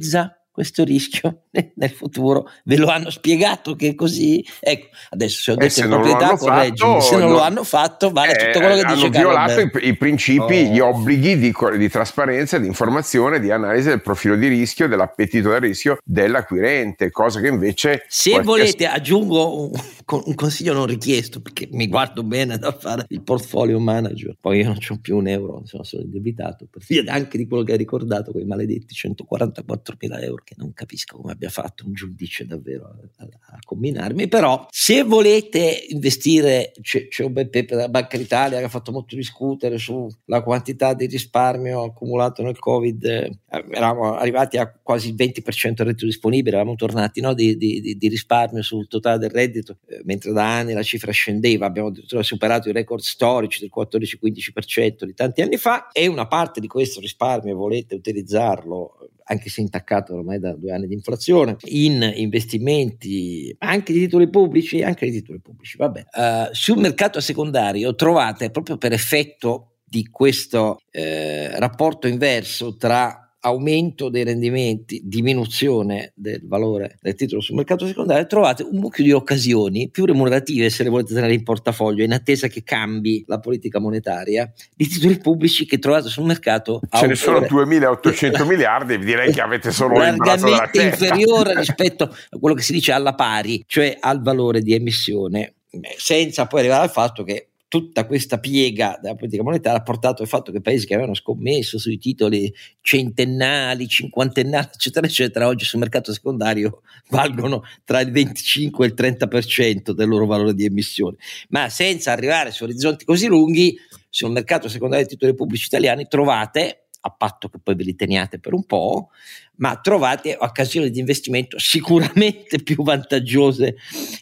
questo rischio nel futuro? Ve lo hanno spiegato che è così? Ecco, adesso se ho detto in proprietà, correggimi, se non lo hanno fatto vale tutto quello che dice Carlo Alberto. Hanno violato i principi, gli obblighi di trasparenza, di informazione, di analisi del profilo di rischio, dell'appetito del rischio dell'acquirente, cosa che invece... Se volete aggiungo un consiglio non richiesto, perché mi guardo bene da fare il portfolio manager, poi io non c'ho più un euro, sono indebitato per via anche di quello che hai ricordato, quei maledetti 144.000 euro, che non capisco come abbia fatto un giudice davvero a combinarmi. Però se volete investire, c'è un bel paper della Banca d'Italia che ha fatto molto discutere sulla quantità di risparmio accumulato nel Covid. Eravamo arrivati a quasi il 20% del reddito disponibile, eravamo tornati, no, di risparmio sul totale del reddito, mentre da anni la cifra scendeva. Abbiamo addirittura superato i record storici del 14-15% di tanti anni fa, e una parte di questo risparmio volete utilizzarlo, anche se intaccato ormai da 2 anni di inflazione, in investimenti anche di titoli pubblici, vabbè. Sul mercato secondario trovate, proprio per effetto di questo rapporto inverso tra aumento dei rendimenti, diminuzione del valore del titolo sul mercato secondario, trovate un mucchio di occasioni più remunerative, se le volete tenere in portafoglio in attesa che cambi la politica monetaria, di titoli pubblici che trovate sul mercato. Ce ne sono 2.800 miliardi, direi che avete solo largamente inferiore rispetto a quello che si dice alla pari, cioè al valore di emissione, senza poi arrivare al fatto che tutta questa piega della politica monetaria ha portato al fatto che paesi che avevano scommesso sui titoli centennali, cinquantennali, eccetera, eccetera, oggi sul mercato secondario valgono tra il 25 e il 30% del loro valore di emissione. Ma senza arrivare su orizzonti così lunghi, sul mercato secondario dei titoli pubblici italiani trovate, a patto che poi ve li teniate per un po', ma trovate occasioni di investimento sicuramente più vantaggiose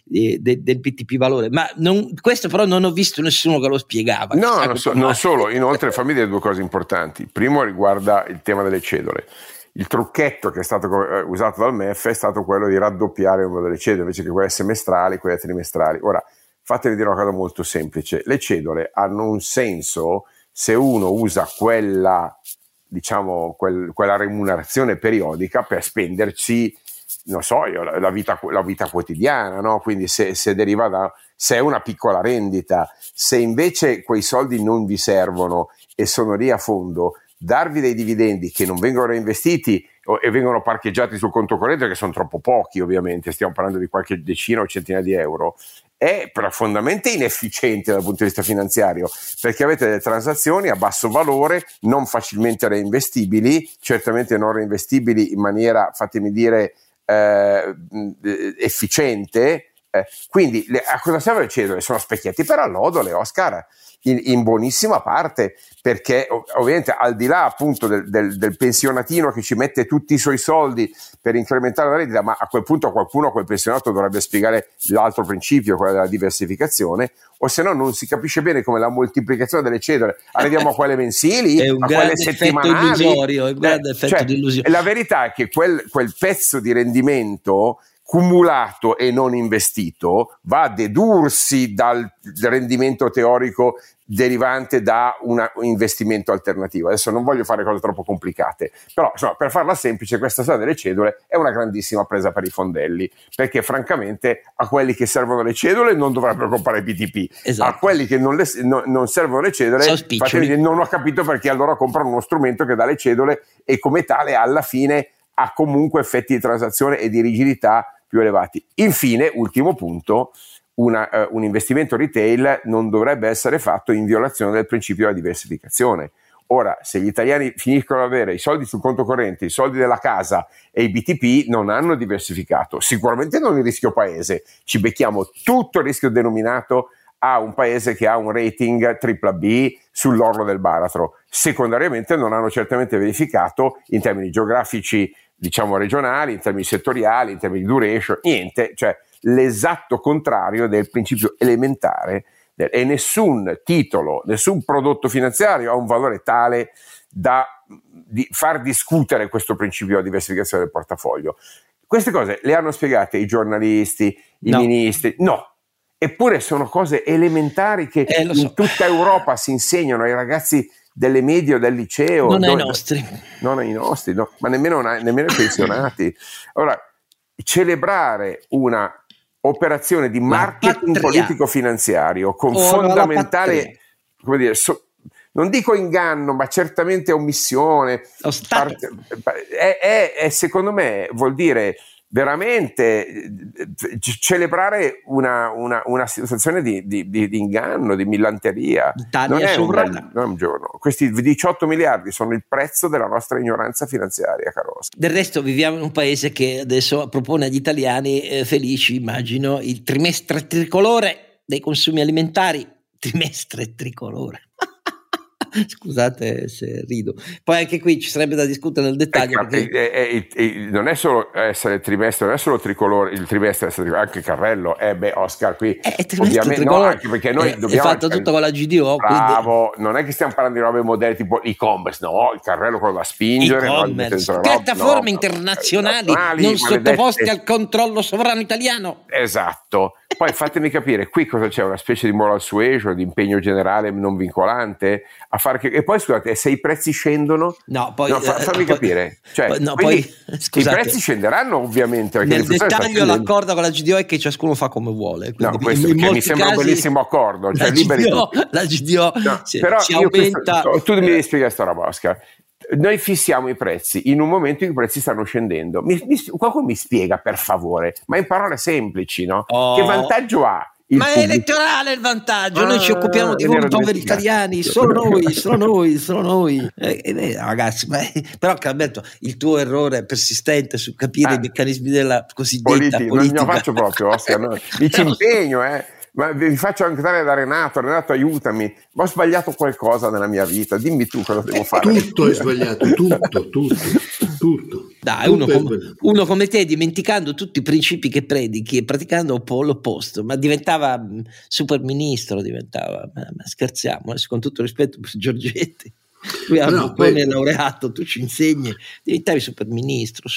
del BTP Valore. Ma questo però non ho visto nessuno che lo spiegava. No, non solo. Inoltre fammi dire 2 cose importanti. Primo riguarda il tema delle cedole. Il trucchetto che è stato usato dal MEF è stato quello di raddoppiare il numero delle cedole, invece che quelle semestrali, quelle trimestrali. Ora, fatevi dire una cosa molto semplice. Le cedole hanno un senso se uno usa quella remunerazione periodica per spenderci, non so io, la vita quotidiana, no? Quindi se deriva se è una piccola rendita. Se invece quei soldi non vi servono e sono lì a fondo, darvi dei dividendi che non vengono reinvestiti e vengono parcheggiati sul conto corrente, che sono troppo pochi, ovviamente stiamo parlando di qualche decina o centinaia di euro, è profondamente inefficiente dal punto di vista finanziario, perché avete delle transazioni a basso valore, non facilmente reinvestibili, certamente non reinvestibili in maniera, fatemi dire, efficiente. Quindi a cosa servono le cedole? Sono specchietti per allodole, Oscar, in buonissima parte, perché ovviamente al di là appunto del pensionatino che ci mette tutti i suoi soldi per incrementare la reddita, ma a quel punto qualcuno, quel pensionato, dovrebbe spiegare l'altro principio, quello della diversificazione, o se no non si capisce bene come la moltiplicazione delle cedole. Arriviamo a quelle mensili, a quelle settimanali. È un grande effetto di illusione. La verità è che quel pezzo di rendimento cumulato e non investito va a dedursi dal rendimento teorico derivante da un investimento alternativo. Adesso non voglio fare cose troppo complicate, però insomma, per farla semplice, questa storia delle cedole è una grandissima presa per i fondelli, perché francamente a quelli che servono le cedole non dovrebbero comprare BTP, esatto. A quelli che non servono le cedole, non ho capito perché allora comprano uno strumento che dà le cedole e come tale alla fine ha comunque effetti di transazione e di rigidità più elevati. Infine, ultimo punto, un investimento retail non dovrebbe essere fatto in violazione del principio della diversificazione. Ora, se gli italiani finiscono ad avere i soldi sul conto corrente, i soldi della casa e i BTP, non hanno diversificato. Sicuramente non il rischio paese, ci becchiamo tutto il rischio denominato a un paese che ha un rating BBB sull'orlo del baratro. Secondariamente non hanno certamente verificato in termini geografici, diciamo regionali, in termini settoriali, in termini di duration, niente, cioè l'esatto contrario del principio elementare e nessun titolo, nessun prodotto finanziario ha un valore tale da far discutere questo principio di diversificazione del portafoglio. Queste cose le hanno spiegate i giornalisti, i ministri? No. Eppure sono cose elementari che in tutta Europa si insegnano ai ragazzi delle medie o del liceo, non ai nostri, no, ma nemmeno i pensionati. Allora, celebrare una operazione di marketing politico-finanziario con fondamentale, come dire, non dico inganno, ma certamente omissione, è secondo me vuol dire veramente celebrare una situazione di inganno, di millanteria. Non è un giorno. Questi 18 miliardi sono il prezzo della nostra ignoranza finanziaria, caro Oscar. Del resto viviamo in un paese che adesso propone agli italiani felici, immagino, il trimestre tricolore dei consumi alimentari. Trimestre tricolore. Scusate se rido. Poi anche qui ci sarebbe da discutere nel dettaglio. Non è solo essere il trimestre, non è solo tricolore, il trimestre, anche Carrello. Oscar, qui ovviamente no, anche perché noi dobbiamo. È fatto tutto con la GDO. Bravo, quindi non è che stiamo parlando di robe moderne tipo e-commerce, no, il Carrello quello da spingere, piattaforme internazionali non sottoposte al controllo sovrano italiano. Esatto. Poi fatemi capire, qui cosa c'è? Una specie di moral suasion, di impegno generale non vincolante a fare e poi scusate, se i prezzi scendono, fammi capire, cioè, i prezzi scenderanno ovviamente nel dettaglio. L'accordo con la GDO è che ciascuno fa come vuole, questo mi sembra un bellissimo accordo, cioè la GDO però ci aumenta. Tu mi devi spiegare sta roba, Oscar. Noi fissiamo i prezzi in un momento in cui i prezzi stanno scendendo. Qualcuno mi spiega, per favore, ma in parole semplici, no? Che vantaggio ha? Ma è elettorale il vantaggio, noi ci occupiamo di voi poveri italiani, solo noi. Ragazzi, però Carletto, il tuo errore persistente su capire i meccanismi della cosiddetta politica. Non lo faccio proprio, Oscar, no? Mi ci impegno, ma vi faccio andare da Renato, aiutami, ma ho sbagliato qualcosa nella mia vita, dimmi tu cosa devo fare. Tutto è sbagliato, tutto. Dai, uno come te, dimenticando tutti i principi che predichi e praticando un po' l'opposto, ma diventava super ministro, ma scherziamo, adesso con tutto rispetto per Giorgetti. Lui ha è laureato, tu ci insegni, diventavi super ministro.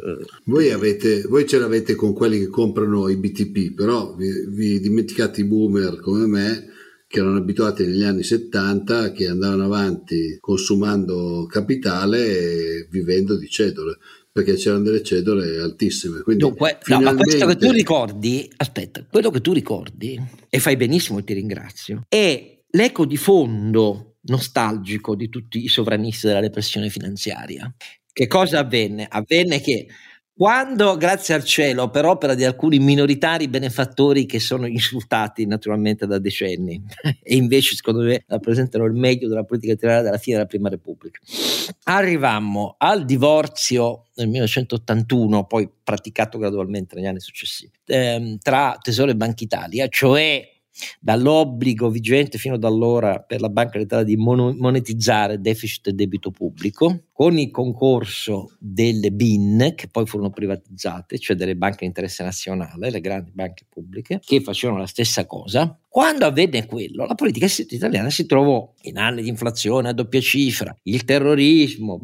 Voi ce l'avete con quelli che comprano i BTP, però vi dimenticate i boomer come me, che erano abituati negli anni 70, che andavano avanti consumando capitale e vivendo di cedole, perché c'erano delle cedole altissime. Quindi dunque, ma questo che tu ricordi, quello che tu ricordi, e fai benissimo, ti ringrazio, è l'eco di fondo nostalgico di tutti i sovranisti della repressione finanziaria. Che cosa avvenne? Avvenne che quando, grazie al cielo, per opera di alcuni minoritari benefattori che sono insultati naturalmente da decenni e invece secondo me rappresentano il meglio della politica italiana dalla fine della Prima Repubblica, arrivammo al divorzio nel 1981, poi praticato gradualmente negli anni successivi, tra Tesoro e Banca Italia, cioè dall'obbligo vigente fino ad allora per la Banca d'Italia di monetizzare deficit e debito pubblico, con il concorso delle BIN che poi furono privatizzate, cioè delle banche di interesse nazionale, le grandi banche pubbliche che facevano la stessa cosa. Quando avvenne quello, la politica italiana si trovò in anni di inflazione a doppia cifra, il terrorismo,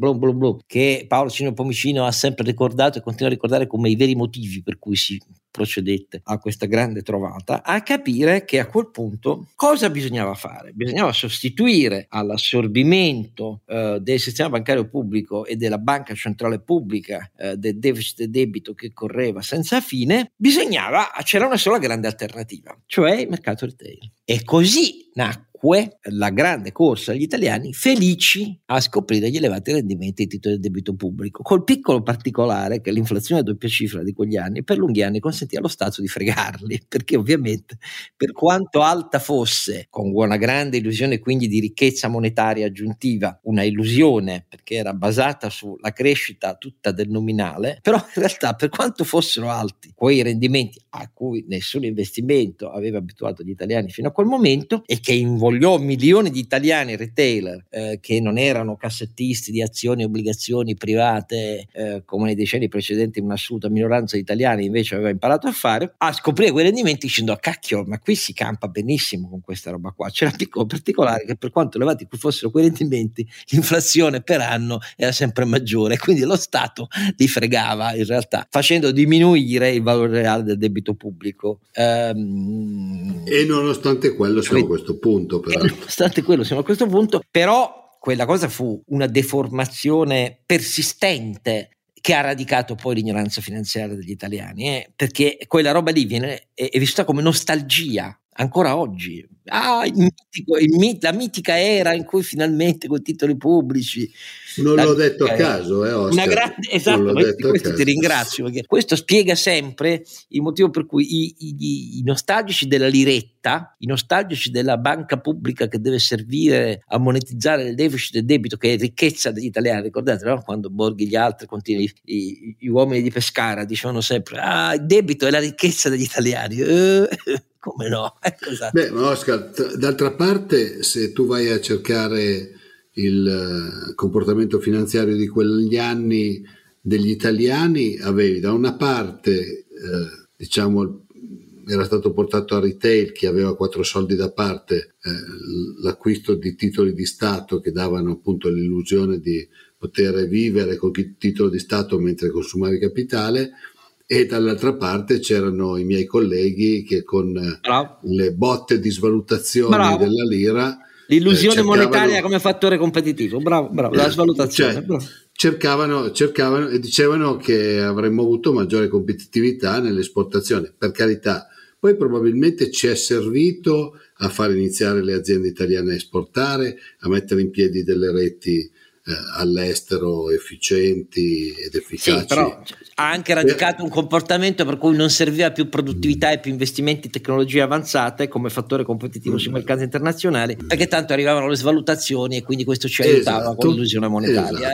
che Paolo Cino Pomicino ha sempre ricordato e continua a ricordare come i veri motivi per cui si procedette a questa grande trovata, a capire che a quel punto cosa bisognava fare? Bisognava sostituire all'assorbimento del sistema bancario pubblico e della banca centrale pubblica del deficit e debito che correva senza fine, c'era una sola grande alternativa, cioè il mercato retail. E così nacque la grande corsa agli italiani felici a scoprire gli elevati rendimenti dei titoli del debito pubblico, col piccolo particolare che l'inflazione a doppia cifra di quegli anni per lunghi anni consentì allo Stato di fregarli, perché ovviamente per quanto alta fosse, con una grande illusione quindi di ricchezza monetaria aggiuntiva, una illusione perché era basata sulla crescita tutta del nominale, però in realtà per quanto fossero alti quei rendimenti a cui nessun investimento aveva abituato gli italiani fino a quel momento e che invogliò milioni di italiani retailer che non erano cassettisti di azioni e obbligazioni private come nei decenni precedenti un'assoluta minoranza di italiani invece aveva imparato a fare, a scoprire quei rendimenti dicendo a cacchio, ma qui si campa benissimo con questa roba qua. C'era un piccolo particolare che per quanto elevati qui fossero quei rendimenti, l'inflazione per anno era sempre maggiore, quindi lo Stato li fregava in realtà facendo diminuire il valore reale del debito pubblico e nonostante quello siamo a questo punto, però quella cosa fu una deformazione persistente che ha radicato poi l'ignoranza finanziaria degli italiani, perché quella roba lì è vista come nostalgia ancora oggi. La mitica era in cui finalmente con titoli pubblici. Non l'ho detto a caso, Oscar. Una grande, esatto, questo ti ringrazio, perché questo spiega sempre il motivo per cui i nostalgici della liretta, i nostalgici della banca pubblica che deve servire a monetizzare il deficit del debito, che è ricchezza degli italiani, ricordate, no? Quando Borghi e gli altri, gli uomini di Pescara dicevano sempre il debito è la ricchezza degli italiani. Come no? Beh, ma Oscar, d'altra parte, se tu vai a cercare il comportamento finanziario di quegli anni degli italiani, avevi da una parte, diciamo, era stato portato a retail chi aveva 4 soldi da parte, l'acquisto di titoli di Stato che davano appunto l'illusione di poter vivere con il titolo di Stato mentre consumavi capitale, e dall'altra parte c'erano i miei colleghi che con le botte di svalutazione della lira, l'illusione monetaria come fattore competitivo, bravo, la svalutazione, cercavano e dicevano che avremmo avuto maggiore competitività nell'esportazione. Per carità, poi probabilmente ci è servito a far iniziare le aziende italiane a esportare, a mettere in piedi delle reti all'estero efficienti ed efficaci. Sì, però ha anche radicato un comportamento per cui non serviva più produttività e più investimenti in tecnologie avanzate come fattore competitivo sui mercati internazionali, perché tanto arrivavano le svalutazioni e quindi questo ci aiutava con l'illusione monetaria.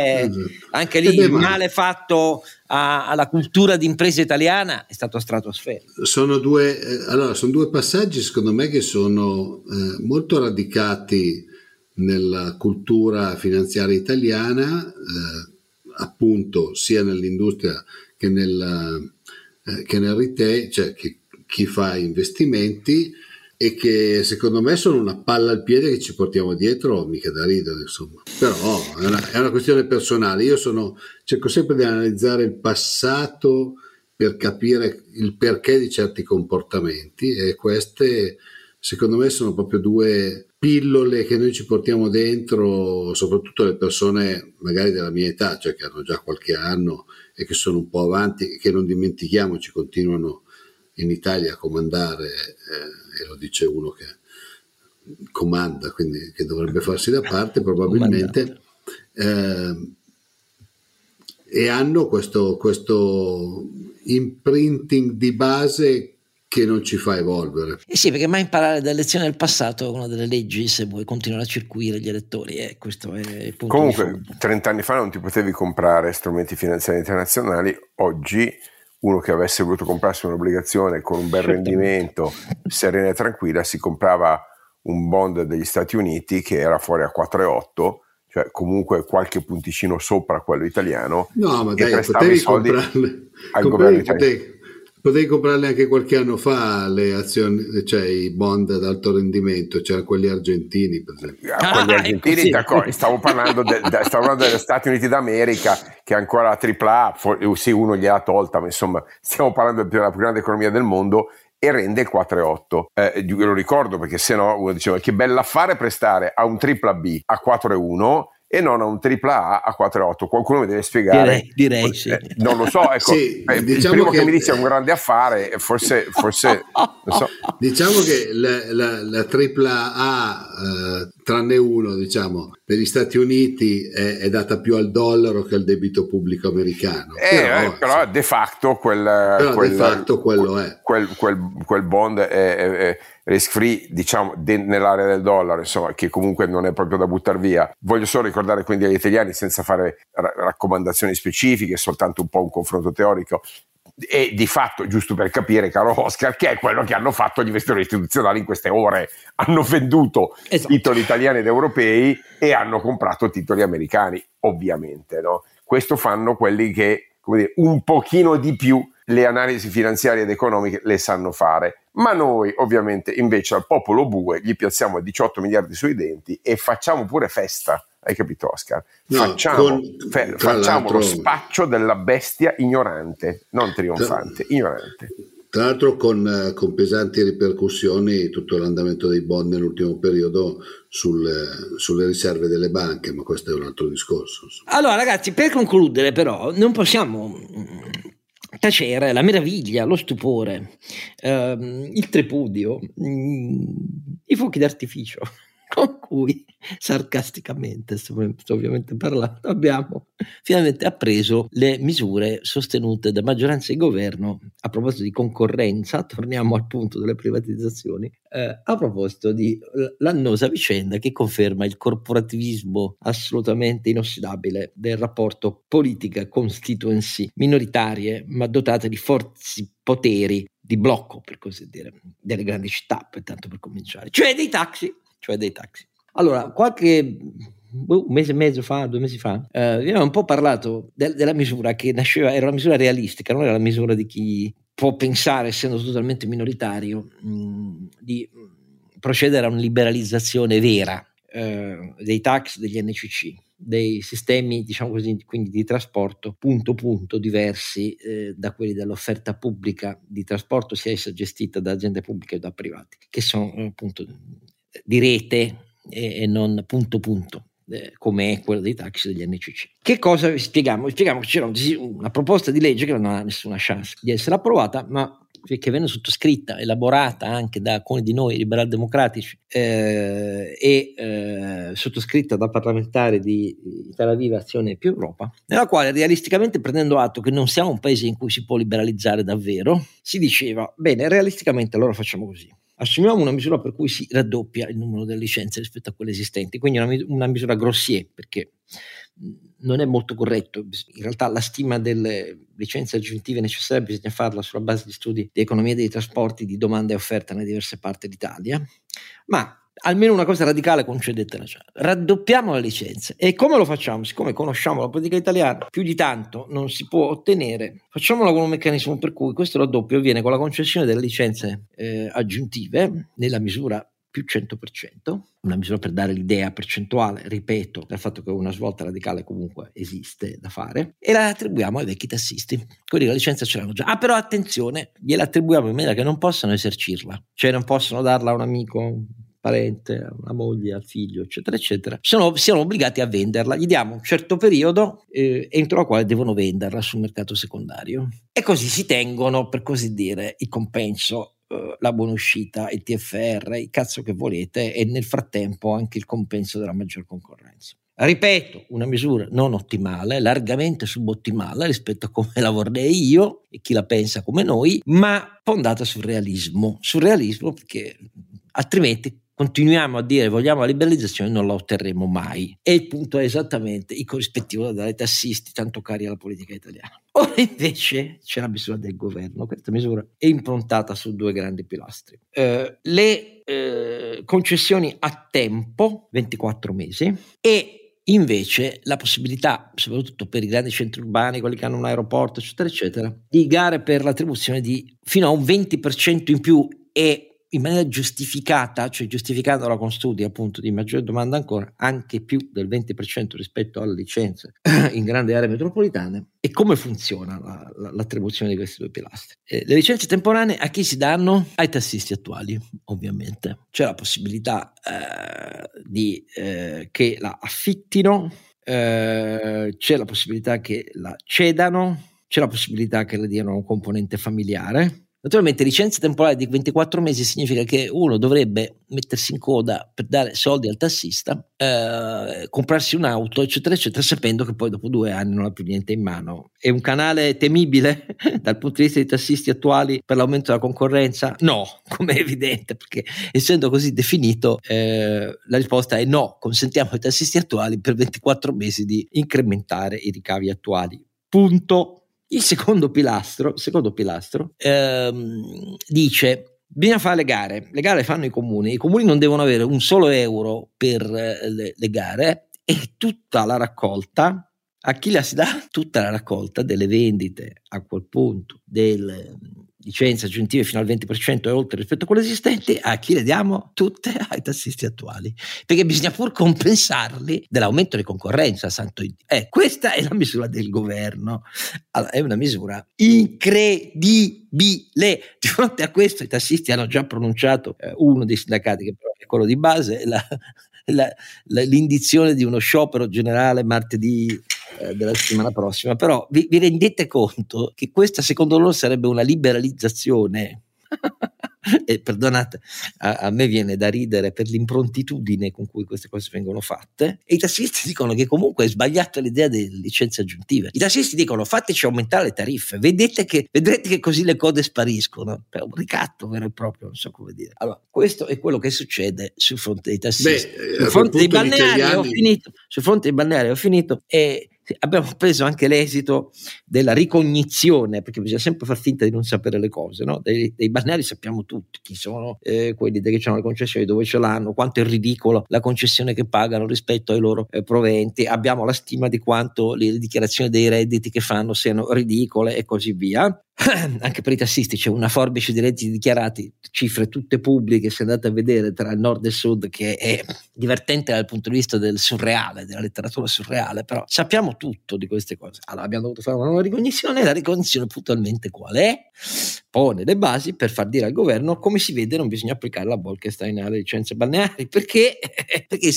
Anche lì il male fatto alla cultura di impresa italiana è stato stratosferico. Sono due passaggi secondo me che sono molto radicati nella cultura finanziaria italiana, appunto sia nell'industria che nel retail, cioè chi fa investimenti, e che secondo me sono una palla al piede che ci portiamo dietro, mica da ridere, insomma. Però è una questione personale. Io cerco sempre di analizzare il passato per capire il perché di certi comportamenti, e queste secondo me sono proprio due pillole che noi ci portiamo dentro, soprattutto le persone magari della mia età, cioè che hanno già qualche anno e che sono un po' avanti, e che non dimentichiamoci continuano in Italia a comandare, e lo dice uno che comanda, quindi che dovrebbe farsi da parte probabilmente, e hanno questo imprinting di base che non ci fa evolvere. Sì, perché mai imparare dalle lezioni del passato è una delle leggi se vuoi continuare a circuire gli elettori, questo è il punto. Comunque 30 anni fa non ti potevi comprare strumenti finanziari internazionali. Oggi uno che avesse voluto comprarsi un'obbligazione con un bel rendimento, serena e tranquilla, si comprava un bond degli Stati Uniti che era fuori a 4,8, cioè comunque qualche punticino sopra quello italiano. No, ma dai, potevi comprarle al governo italiano. Potevi comprarle anche qualche anno fa le azioni, cioè i bond ad alto rendimento, c'erano quelli argentini per esempio. Quelli argentini, stavo parlando degli Stati Uniti d'America, che ancora la AAA, sì, uno gliel'ha tolta, ma insomma stiamo parlando della più grande economia del mondo, e rende il 4,8. Lo ricordo perché sennò uno diceva che bell'affare prestare a un BBB a 4,1 e non a un AAA a 4,8. Qualcuno mi deve spiegare. Direi sì. Non lo so, ecco, sì, diciamo il primo che mi dice è un grande affare, forse non so. Diciamo che la AAA, tranne uno, diciamo, per gli Stati Uniti è data più al dollaro che al debito pubblico americano. Però de facto quello è. Quel bond è risk free, diciamo, nell'area del dollaro, insomma, che comunque non è proprio da buttare via. Voglio solo ricordare quindi agli italiani, senza fare raccomandazioni specifiche, soltanto un po' un confronto teorico, e di fatto, giusto per capire, caro Oscar, che è quello che hanno fatto gli investitori istituzionali in queste ore: hanno venduto titoli italiani ed europei e hanno comprato titoli americani, ovviamente, no? Questo fanno quelli che, come dire, un pochino di più le analisi finanziarie ed economiche le sanno fare. Ma noi ovviamente invece al popolo bue gli piazziamo 18 miliardi sui denti e facciamo pure festa. Hai capito, Oscar? No, facciamo lo spaccio della bestia ignorante, non trionfante, ignorante. Tra l'altro con pesanti ripercussioni tutto l'andamento dei bond nell'ultimo periodo sulle riserve delle banche, ma questo è un altro discorso. Allora ragazzi, per concludere però non possiamo tacere la meraviglia, lo stupore, il tripudio, i fuochi d'artificio con cui sarcasticamente, sto ovviamente parlando, abbiamo finalmente appreso le misure sostenute da maggioranza di governo a proposito di concorrenza. Torniamo al punto delle privatizzazioni, a proposito di l'annosa vicenda che conferma il corporativismo assolutamente inossidabile del rapporto politica constituency minoritarie ma dotate di forti poteri di blocco, per così dire, delle grandi città, tanto per cominciare, cioè dei taxi. Allora, qualche un mese e mezzo fa, 2 mesi fa, abbiamo un po' parlato della misura che nasceva, era una misura realistica, non era la misura di chi può pensare, essendo totalmente minoritario, di procedere a una liberalizzazione vera dei taxi, degli NCC, dei sistemi, diciamo così, quindi di trasporto punto diversi da quelli dell'offerta pubblica di trasporto, sia essa gestita da aziende pubbliche o da privati, che sono appunto di rete e non punto come è quello dei taxi degli NCC. Che cosa spieghiamo? Spieghiamo che c'era una proposta di legge che non ha nessuna chance di essere approvata, ma che venne sottoscritta, elaborata anche da alcuni di noi liberal democratici e sottoscritta da parlamentari di Italia Viva Azione Più Europa, nella quale realisticamente, prendendo atto che non siamo un paese in cui si può liberalizzare davvero, si diceva bene, realisticamente allora facciamo così: assumiamo una misura per cui si raddoppia il numero delle licenze rispetto a quelle esistenti, quindi una misura grossier, perché non è molto corretto. In realtà la stima delle licenze aggiuntive necessarie bisogna farla sulla base di studi di economia dei trasporti, di domanda e offerta nelle diverse parti d'Italia, ma almeno una cosa radicale concedetela, cioè raddoppiamo le licenze. E come lo facciamo? Siccome conosciamo la politica italiana, più di tanto non si può ottenere, facciamolo con un meccanismo per cui questo raddoppio avviene con la concessione delle licenze aggiuntive nella misura più 100%, una misura per dare l'idea percentuale, ripeto, del fatto che una svolta radicale comunque esiste da fare, e la attribuiamo ai vecchi tassisti, quelli che la licenza ce l'hanno già. Però attenzione, gliela attribuiamo in maniera che non possano esercirla, cioè non possono darla a un amico, parente, a una moglie, al figlio, eccetera eccetera, siano obbligati a venderla. Gli diamo un certo periodo entro il quale devono venderla sul mercato secondario, e così si tengono, per così dire, il compenso, la buonuscita, il TFR, il cazzo che volete, e nel frattempo anche il compenso della maggior concorrenza. Ripeto, una misura non ottimale, largamente subottimale rispetto a come la vorrei io e chi la pensa come noi, ma fondata sul realismo perché altrimenti continuiamo a dire vogliamo la liberalizzazione e non la otterremo mai. E il punto è esattamente il corrispettivo da dare ai tassisti tanto cari alla politica italiana. Ora invece c'è la misura del governo. Questa misura è improntata su 2 grandi pilastri: le concessioni a tempo, 24 mesi, e invece la possibilità, soprattutto per i grandi centri urbani, quelli che hanno un aeroporto, eccetera eccetera, di gare per l'attribuzione di fino a un 20% in più, e in maniera giustificata, cioè giustificandola con studi appunto di maggiore domanda ancora, anche più del 20% rispetto alle licenze in grandi aree metropolitane. E come funziona l'attribuzione di questi 2 pilastri? Le licenze temporanee a chi si danno? Ai tassisti attuali, ovviamente. C'è la possibilità che la affittino, c'è la possibilità che la cedano, c'è la possibilità che le diano a un componente familiare. Naturalmente licenza temporale di 24 mesi significa che uno dovrebbe mettersi in coda per dare soldi al tassista, comprarsi un'auto, eccetera eccetera, sapendo che poi dopo 2 anni non ha più niente in mano. È un canale temibile dal punto di vista dei tassisti attuali per l'aumento della concorrenza? No, come è evidente, perché essendo così definito la risposta è no. Consentiamo ai tassisti attuali per 24 mesi di incrementare i ricavi attuali. Punto. Il secondo pilastro dice bisogna fare le gare fanno i comuni non devono avere un solo euro per le gare, e tutta la raccolta a chi la si dà? Tutta la raccolta delle vendite a quel punto licenze aggiuntive fino al 20% e oltre rispetto a quelle esistenti, a chi le diamo? Tutte ai tassisti attuali, perché bisogna pur compensarli dell'aumento di concorrenza, santo Dio. Questa è la misura del governo. Allora, è una misura incredibile. Di fronte a questo i tassisti hanno già pronunciato, uno dei sindacati, che però è quello di base, l'indizione di uno sciopero generale martedì della settimana prossima. Però vi rendete conto che questa secondo loro sarebbe una liberalizzazione? E perdonate, a me viene da ridere per l'improntitudine con cui queste cose vengono fatte, e i tassisti dicono che comunque è sbagliata l'idea delle licenze aggiuntive. I tassisti dicono: fateci aumentare le tariffe, vedrete che così le code spariscono. Per un ricatto vero e proprio, non so come dire. Allora, questo è quello che succede sul fronte dei tassisti. Sul fronte dei balneari ho finito e abbiamo preso anche l'esito della ricognizione, perché bisogna sempre far finta di non sapere le cose, no? Dei balneari sappiamo tutti chi sono, quelli che hanno le concessioni, dove ce l'hanno, quanto è ridicolo la concessione che pagano rispetto ai loro proventi. Abbiamo la stima di quanto le dichiarazioni dei redditi che fanno siano ridicole e così via. Anche per i tassisti c'è una forbice di redditi dichiarati, cifre tutte pubbliche, se andate a vedere, tra il nord e il sud, che è divertente dal punto di vista del surreale, della letteratura surreale, però sappiamo tutto di queste cose. Allora abbiamo dovuto fare una nuova ricognizione, e la ricognizione puntualmente qual è? Pone le basi per far dire al governo: come si vede non bisogna applicare la Bolkestein alle licenze balneari, perché il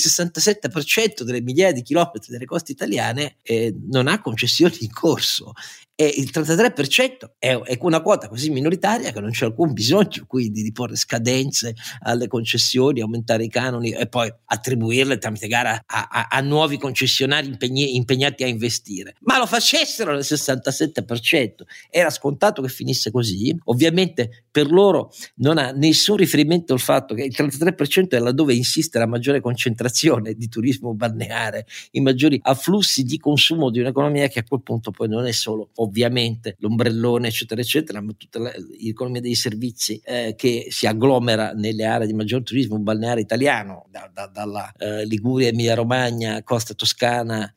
67% delle migliaia di chilometri delle coste italiane non ha concessioni in corso, e il 33% è una quota così minoritaria che non c'è alcun bisogno quindi di porre scadenze alle concessioni, aumentare i canoni e poi attribuirle tramite gara a nuovi concessionari impegnati a investire. Ma lo facessero nel 67%, era scontato che finisse così. Ovviamente per loro non ha nessun riferimento il fatto che il 33% è laddove insiste la maggiore concentrazione di turismo balneare, i maggiori afflussi di consumo di un'economia che a quel punto poi non è solo ovviamente l'ombrellone eccetera eccetera, ma tutta l'economia dei servizi che si agglomera nelle aree di maggior turismo balneare italiano, dalla Liguria, Emilia Romagna, costa toscana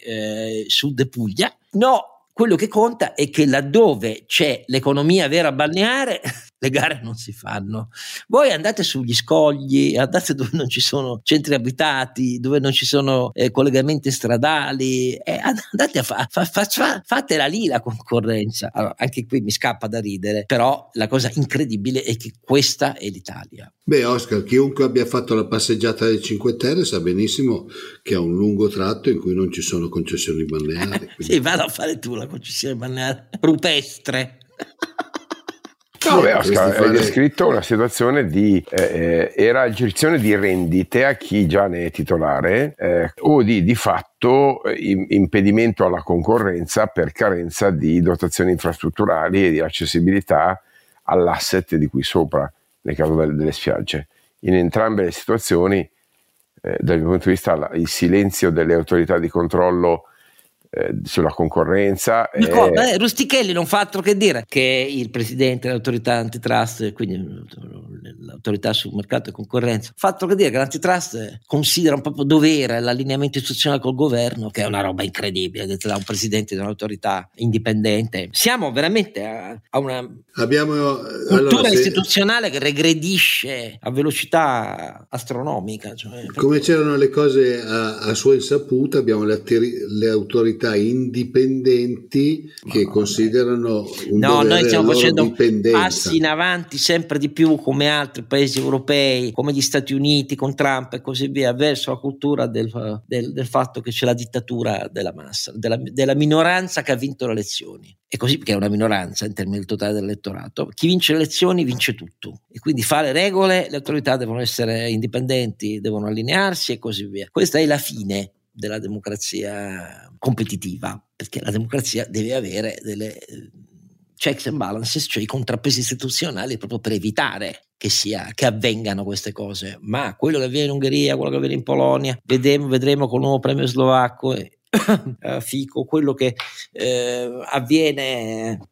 e sud Puglia. No, quello che conta è che laddove c'è l'economia vera balneare le gare non si fanno. Voi andate sugli scogli, andate dove non ci sono centri abitati, dove non ci sono collegamenti stradali, andate fatela lì la concorrenza. Allora, anche qui mi scappa da ridere, però la cosa incredibile è che questa è l'Italia. Beh, Oscar, chiunque abbia fatto la passeggiata delle Cinque Terre sa benissimo che è un lungo tratto in cui non ci sono concessioni balneari. Sì, vado a fare tu la concessione balneare rupestre. No, beh, Oscar, hai descritto una situazione di elargizione di rendite a chi già ne è titolare o di fatto impedimento alla concorrenza per carenza di dotazioni infrastrutturali e di accessibilità all'asset di qui sopra, nel caso delle spiagge. In entrambe le situazioni, dal mio punto di vista, il silenzio delle autorità di controllo sulla concorrenza. Rustichelli non fa altro che dire che il presidente dell'autorità antitrust, quindi l'autorità sul mercato e concorrenza, fa altro che dire che l'antitrust considera un proprio dovere l'allineamento istituzionale col governo, che è una roba incredibile, detto da un presidente di un'autorità indipendente. Siamo veramente a una cultura istituzionale che regredisce a velocità astronomica. Come c'erano le cose a sua insaputa, abbiamo le autorità indipendenti che considerano un dovere noi stiamo facendo dipendenza. Passi in avanti sempre di più, come altri paesi europei, come gli Stati Uniti con Trump e così via, verso la cultura del fatto che c'è la dittatura della massa, della minoranza che ha vinto le elezioni. E così, perché è una minoranza in termini del totale dell'elettorato. Chi vince le elezioni vince tutto, e quindi fa le regole, le autorità devono essere indipendenti, devono allinearsi e così via. Questa è la fine della democrazia competitiva, perché la democrazia deve avere delle checks and balances, cioè i contrappesi istituzionali, proprio per evitare che avvengano queste cose. Ma quello che avviene in Ungheria, quello che avviene in Polonia, vedremo con il nuovo premio slovacco Fico, quello che avviene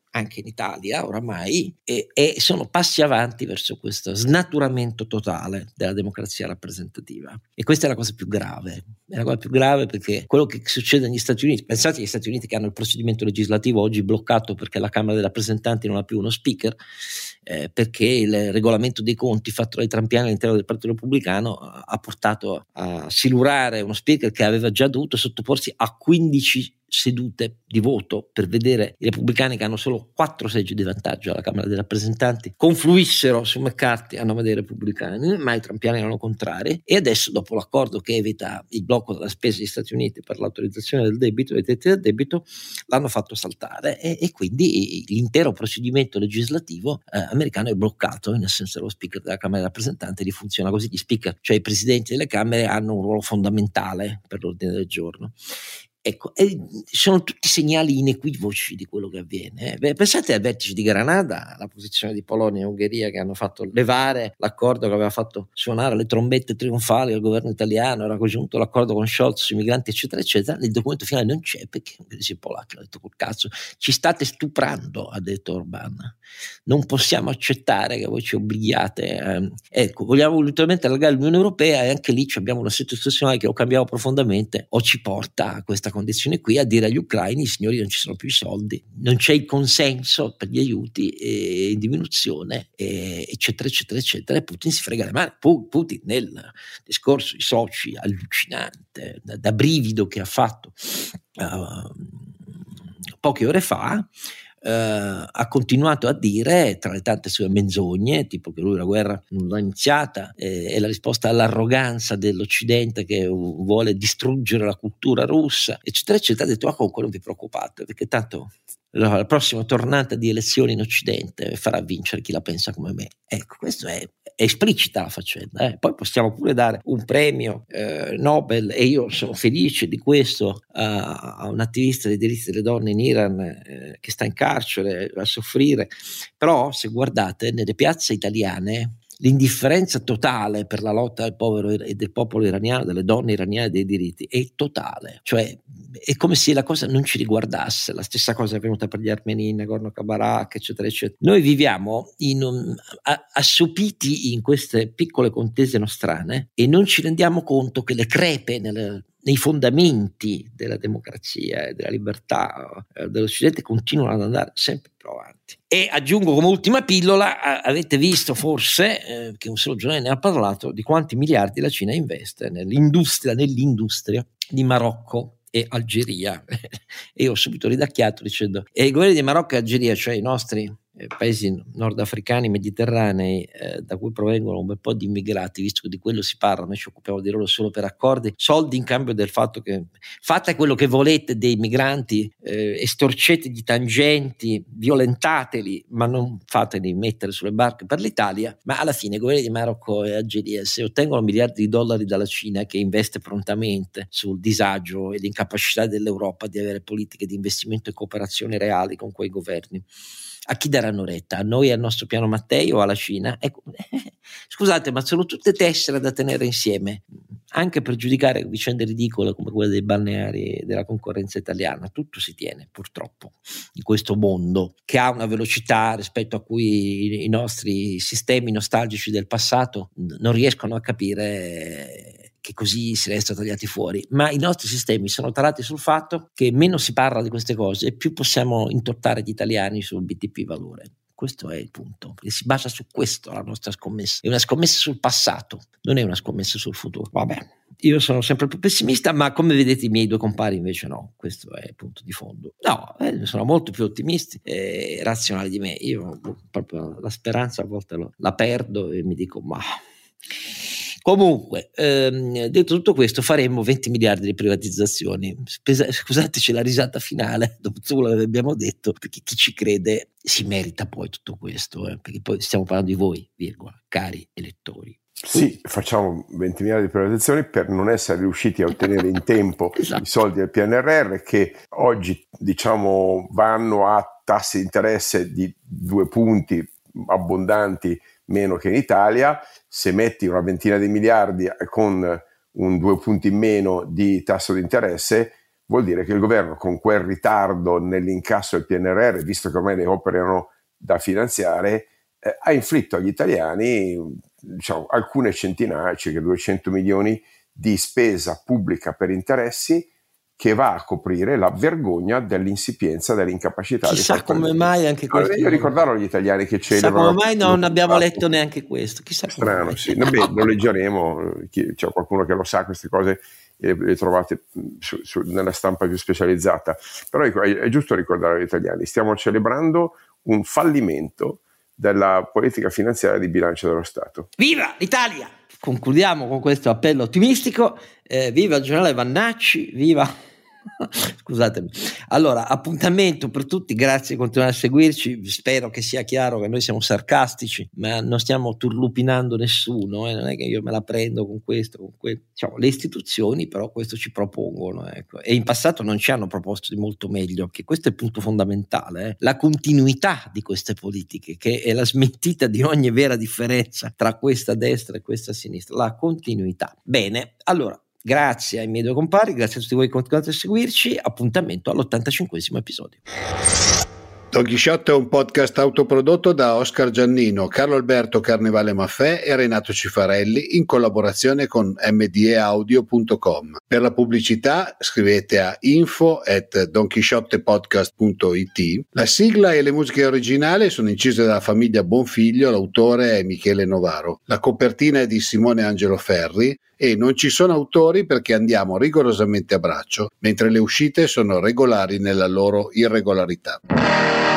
anche in Italia oramai, e sono passi avanti verso questo snaturamento totale della democrazia rappresentativa. E questa è la cosa più grave. È la cosa più grave perché quello che succede negli Stati Uniti, pensate agli Stati Uniti che hanno il procedimento legislativo oggi bloccato perché la Camera dei rappresentanti non ha più uno speaker, perché il regolamento dei conti fatto dai trampiani all'interno del Partito Repubblicano ha portato a silurare uno speaker che aveva già dovuto sottoporsi a 15 sedute di voto per vedere i repubblicani, che hanno solo 4 seggi di vantaggio alla Camera dei rappresentanti, confluissero su McCarthy a nome dei repubblicani, ma i trampiani erano contrari. E adesso, dopo l'accordo che evita il blocco della spesa degli Stati Uniti per l'autorizzazione del debito, dei tetti del debito, l'hanno fatto saltare, e quindi l'intero procedimento legislativo americano è bloccato in assenza dello speaker della Camera dei rappresentanti. Li funziona così: gli speaker, cioè i presidenti delle Camere, hanno un ruolo fondamentale per l'ordine del giorno. Ecco, sono tutti segnali inequivoci di quello che avviene. Pensate al vertice di Granada, la posizione di Polonia e Ungheria, che hanno fatto levare l'accordo che aveva fatto suonare le trombette trionfali al governo italiano, era congiunto l'accordo con Scholz sui migranti eccetera eccetera. Nel documento finale non c'è, perché ungheresi e polacchi hanno detto: col cazzo, ci state stuprando, ha detto Orban, non possiamo accettare che voi ci obblighiate, ecco, vogliamo volutamente allargare l'Unione Europea, e anche lì abbiamo una situazione istituzionale che o cambiamo profondamente o ci porta a questa condizione qui, a dire agli ucraini: signori, non ci sono più i soldi, non c'è il consenso per gli aiuti, in diminuzione, eccetera eccetera eccetera. E Putin si frega le mani. Putin, nel discorso di Sochi allucinante, da brivido, che ha fatto poche ore fa, ha continuato a dire, tra le tante sue menzogne, tipo che lui la guerra non l'ha iniziata, è la risposta all'arroganza dell'Occidente che vuole distruggere la cultura russa, eccetera eccetera. Ha detto: comunque non vi preoccupate, perché tanto la prossima tornata di elezioni in Occidente farà vincere chi la pensa come me. Ecco, questo è esplicita la faccenda. Poi possiamo pure dare un premio Nobel, e io sono felice di questo, a un attivista dei diritti delle donne in Iran, che sta in carcere a soffrire. Però se guardate nelle piazze italiane, l'indifferenza totale per la lotta del povero e del popolo iraniano, delle donne iraniane, dei diritti, è totale. Cioè è come se la cosa non ci riguardasse. La stessa cosa è avvenuta per gli armeni in Nagorno-Karabakh, eccetera eccetera. Noi viviamo assopiti in queste piccole contese nostrane e non ci rendiamo conto che le crepe nei fondamenti della democrazia e della libertà dell'Occidente continuano ad andare sempre più avanti. E aggiungo come ultima pillola: avete visto forse, che un solo giornale ne ha parlato, di quanti miliardi la Cina investe nell'industria di Marocco e Algeria. E io ho subito ridacchiato dicendo: e i governi di Marocco e Algeria, cioè i nostri paesi nordafricani mediterranei, da cui provengono un bel po' di immigrati, visto che di quello si parla, noi ci occupiamo di loro solo per accordi, soldi in cambio del fatto che fate quello che volete dei migranti, estorcete di tangenti, violentateli, ma non fateli mettere sulle barche per l'Italia. Ma alla fine i governi di Marocco e Algeria, se ottengono miliardi di dollari dalla Cina, che investe prontamente sul disagio e l'incapacità dell'Europa di avere politiche di investimento e cooperazione reali con quei governi, a chi daranno retta? A noi e al nostro piano Mattei o alla Cina? Ecco, scusate, ma sono tutte tessere da tenere insieme, anche per giudicare vicende ridicole come quelle dei balneari della concorrenza italiana. Tutto si tiene, purtroppo, in questo mondo che ha una velocità rispetto a cui i nostri sistemi nostalgici del passato non riescono a capire, che così si resta tagliati fuori. Ma i nostri sistemi sono tarati sul fatto che meno si parla di queste cose, più possiamo intortare gli italiani sul BTP valore. Questo è il punto, perché si basa su questo la nostra scommessa. È una scommessa sul passato, non è una scommessa sul futuro. Vabbè, io sono sempre più pessimista, ma come vedete i miei due compari invece no, questo è il punto di fondo. No, sono molto più ottimisti e razionali di me. Io proprio la speranza a volte la perdo e mi dico: ma... Comunque, detto tutto questo, faremo 20 miliardi di privatizzazioni. Scusateci la risata finale dopo tutto quello che abbiamo detto, perché chi ci crede si merita poi tutto questo, perché poi stiamo parlando di voi, virgola, cari elettori. Sì, facciamo 20 miliardi di privatizzazioni per non essere riusciti a ottenere in tempo esatto. I soldi del PNRR, che oggi diciamo vanno a tassi di interesse di 2 punti abbondanti meno che in Italia. Se metti una ventina di miliardi con un 2 punti in meno di tasso di interesse, vuol dire che il governo, con quel ritardo nell'incasso del PNRR, visto che ormai le opere erano da finanziare, ha inflitto agli italiani, diciamo, alcune centinaia, circa 200 milioni di spesa pubblica per interessi, che va a coprire la vergogna dell'insipienza, dell'incapacità. Chissà come mai anche questo. Io ricordarlo agli italiani che chissà come mai non abbiamo letto neanche questo. Chissà strano, sì. Vabbè, lo leggeremo. C'è qualcuno che lo sa queste cose, le trovate nella stampa più specializzata. Però è giusto ricordare agli italiani: stiamo celebrando un fallimento della politica finanziaria di bilancio dello Stato. Viva l'Italia! Concludiamo con questo appello ottimistico. Viva il generale Vannacci, viva... Scusatemi. Allora, appuntamento per tutti, grazie di continuare a seguirci. Spero che sia chiaro che noi siamo sarcastici, ma non stiamo turlupinando nessuno, non è che io me la prendo con questo, con quello. Diciamo, le istituzioni però questo ci propongono, ecco. E in passato non ci hanno proposto di molto meglio, che questo è il punto fondamentale, la continuità di queste politiche, che è la smentita di ogni vera differenza tra questa destra e questa sinistra, la continuità. Bene, allora, grazie ai miei due compari, grazie a tutti voi che continuate a seguirci, appuntamento all'85esimo episodio. Don Chisciotte è un podcast autoprodotto da Oscar Giannino, Carlo Alberto Carnevale Maffè e Renato Cifarelli in collaborazione con mdeaudio.com. Per la pubblicità scrivete a info@donchisciottepodcast.it. La sigla e le musiche originali sono incise dalla famiglia Bonfiglio, l'autore è Michele Novaro. La copertina è di Simone Angelo Ferri e non ci sono autori perché andiamo rigorosamente a braccio, mentre le uscite sono regolari nella loro irregolarità.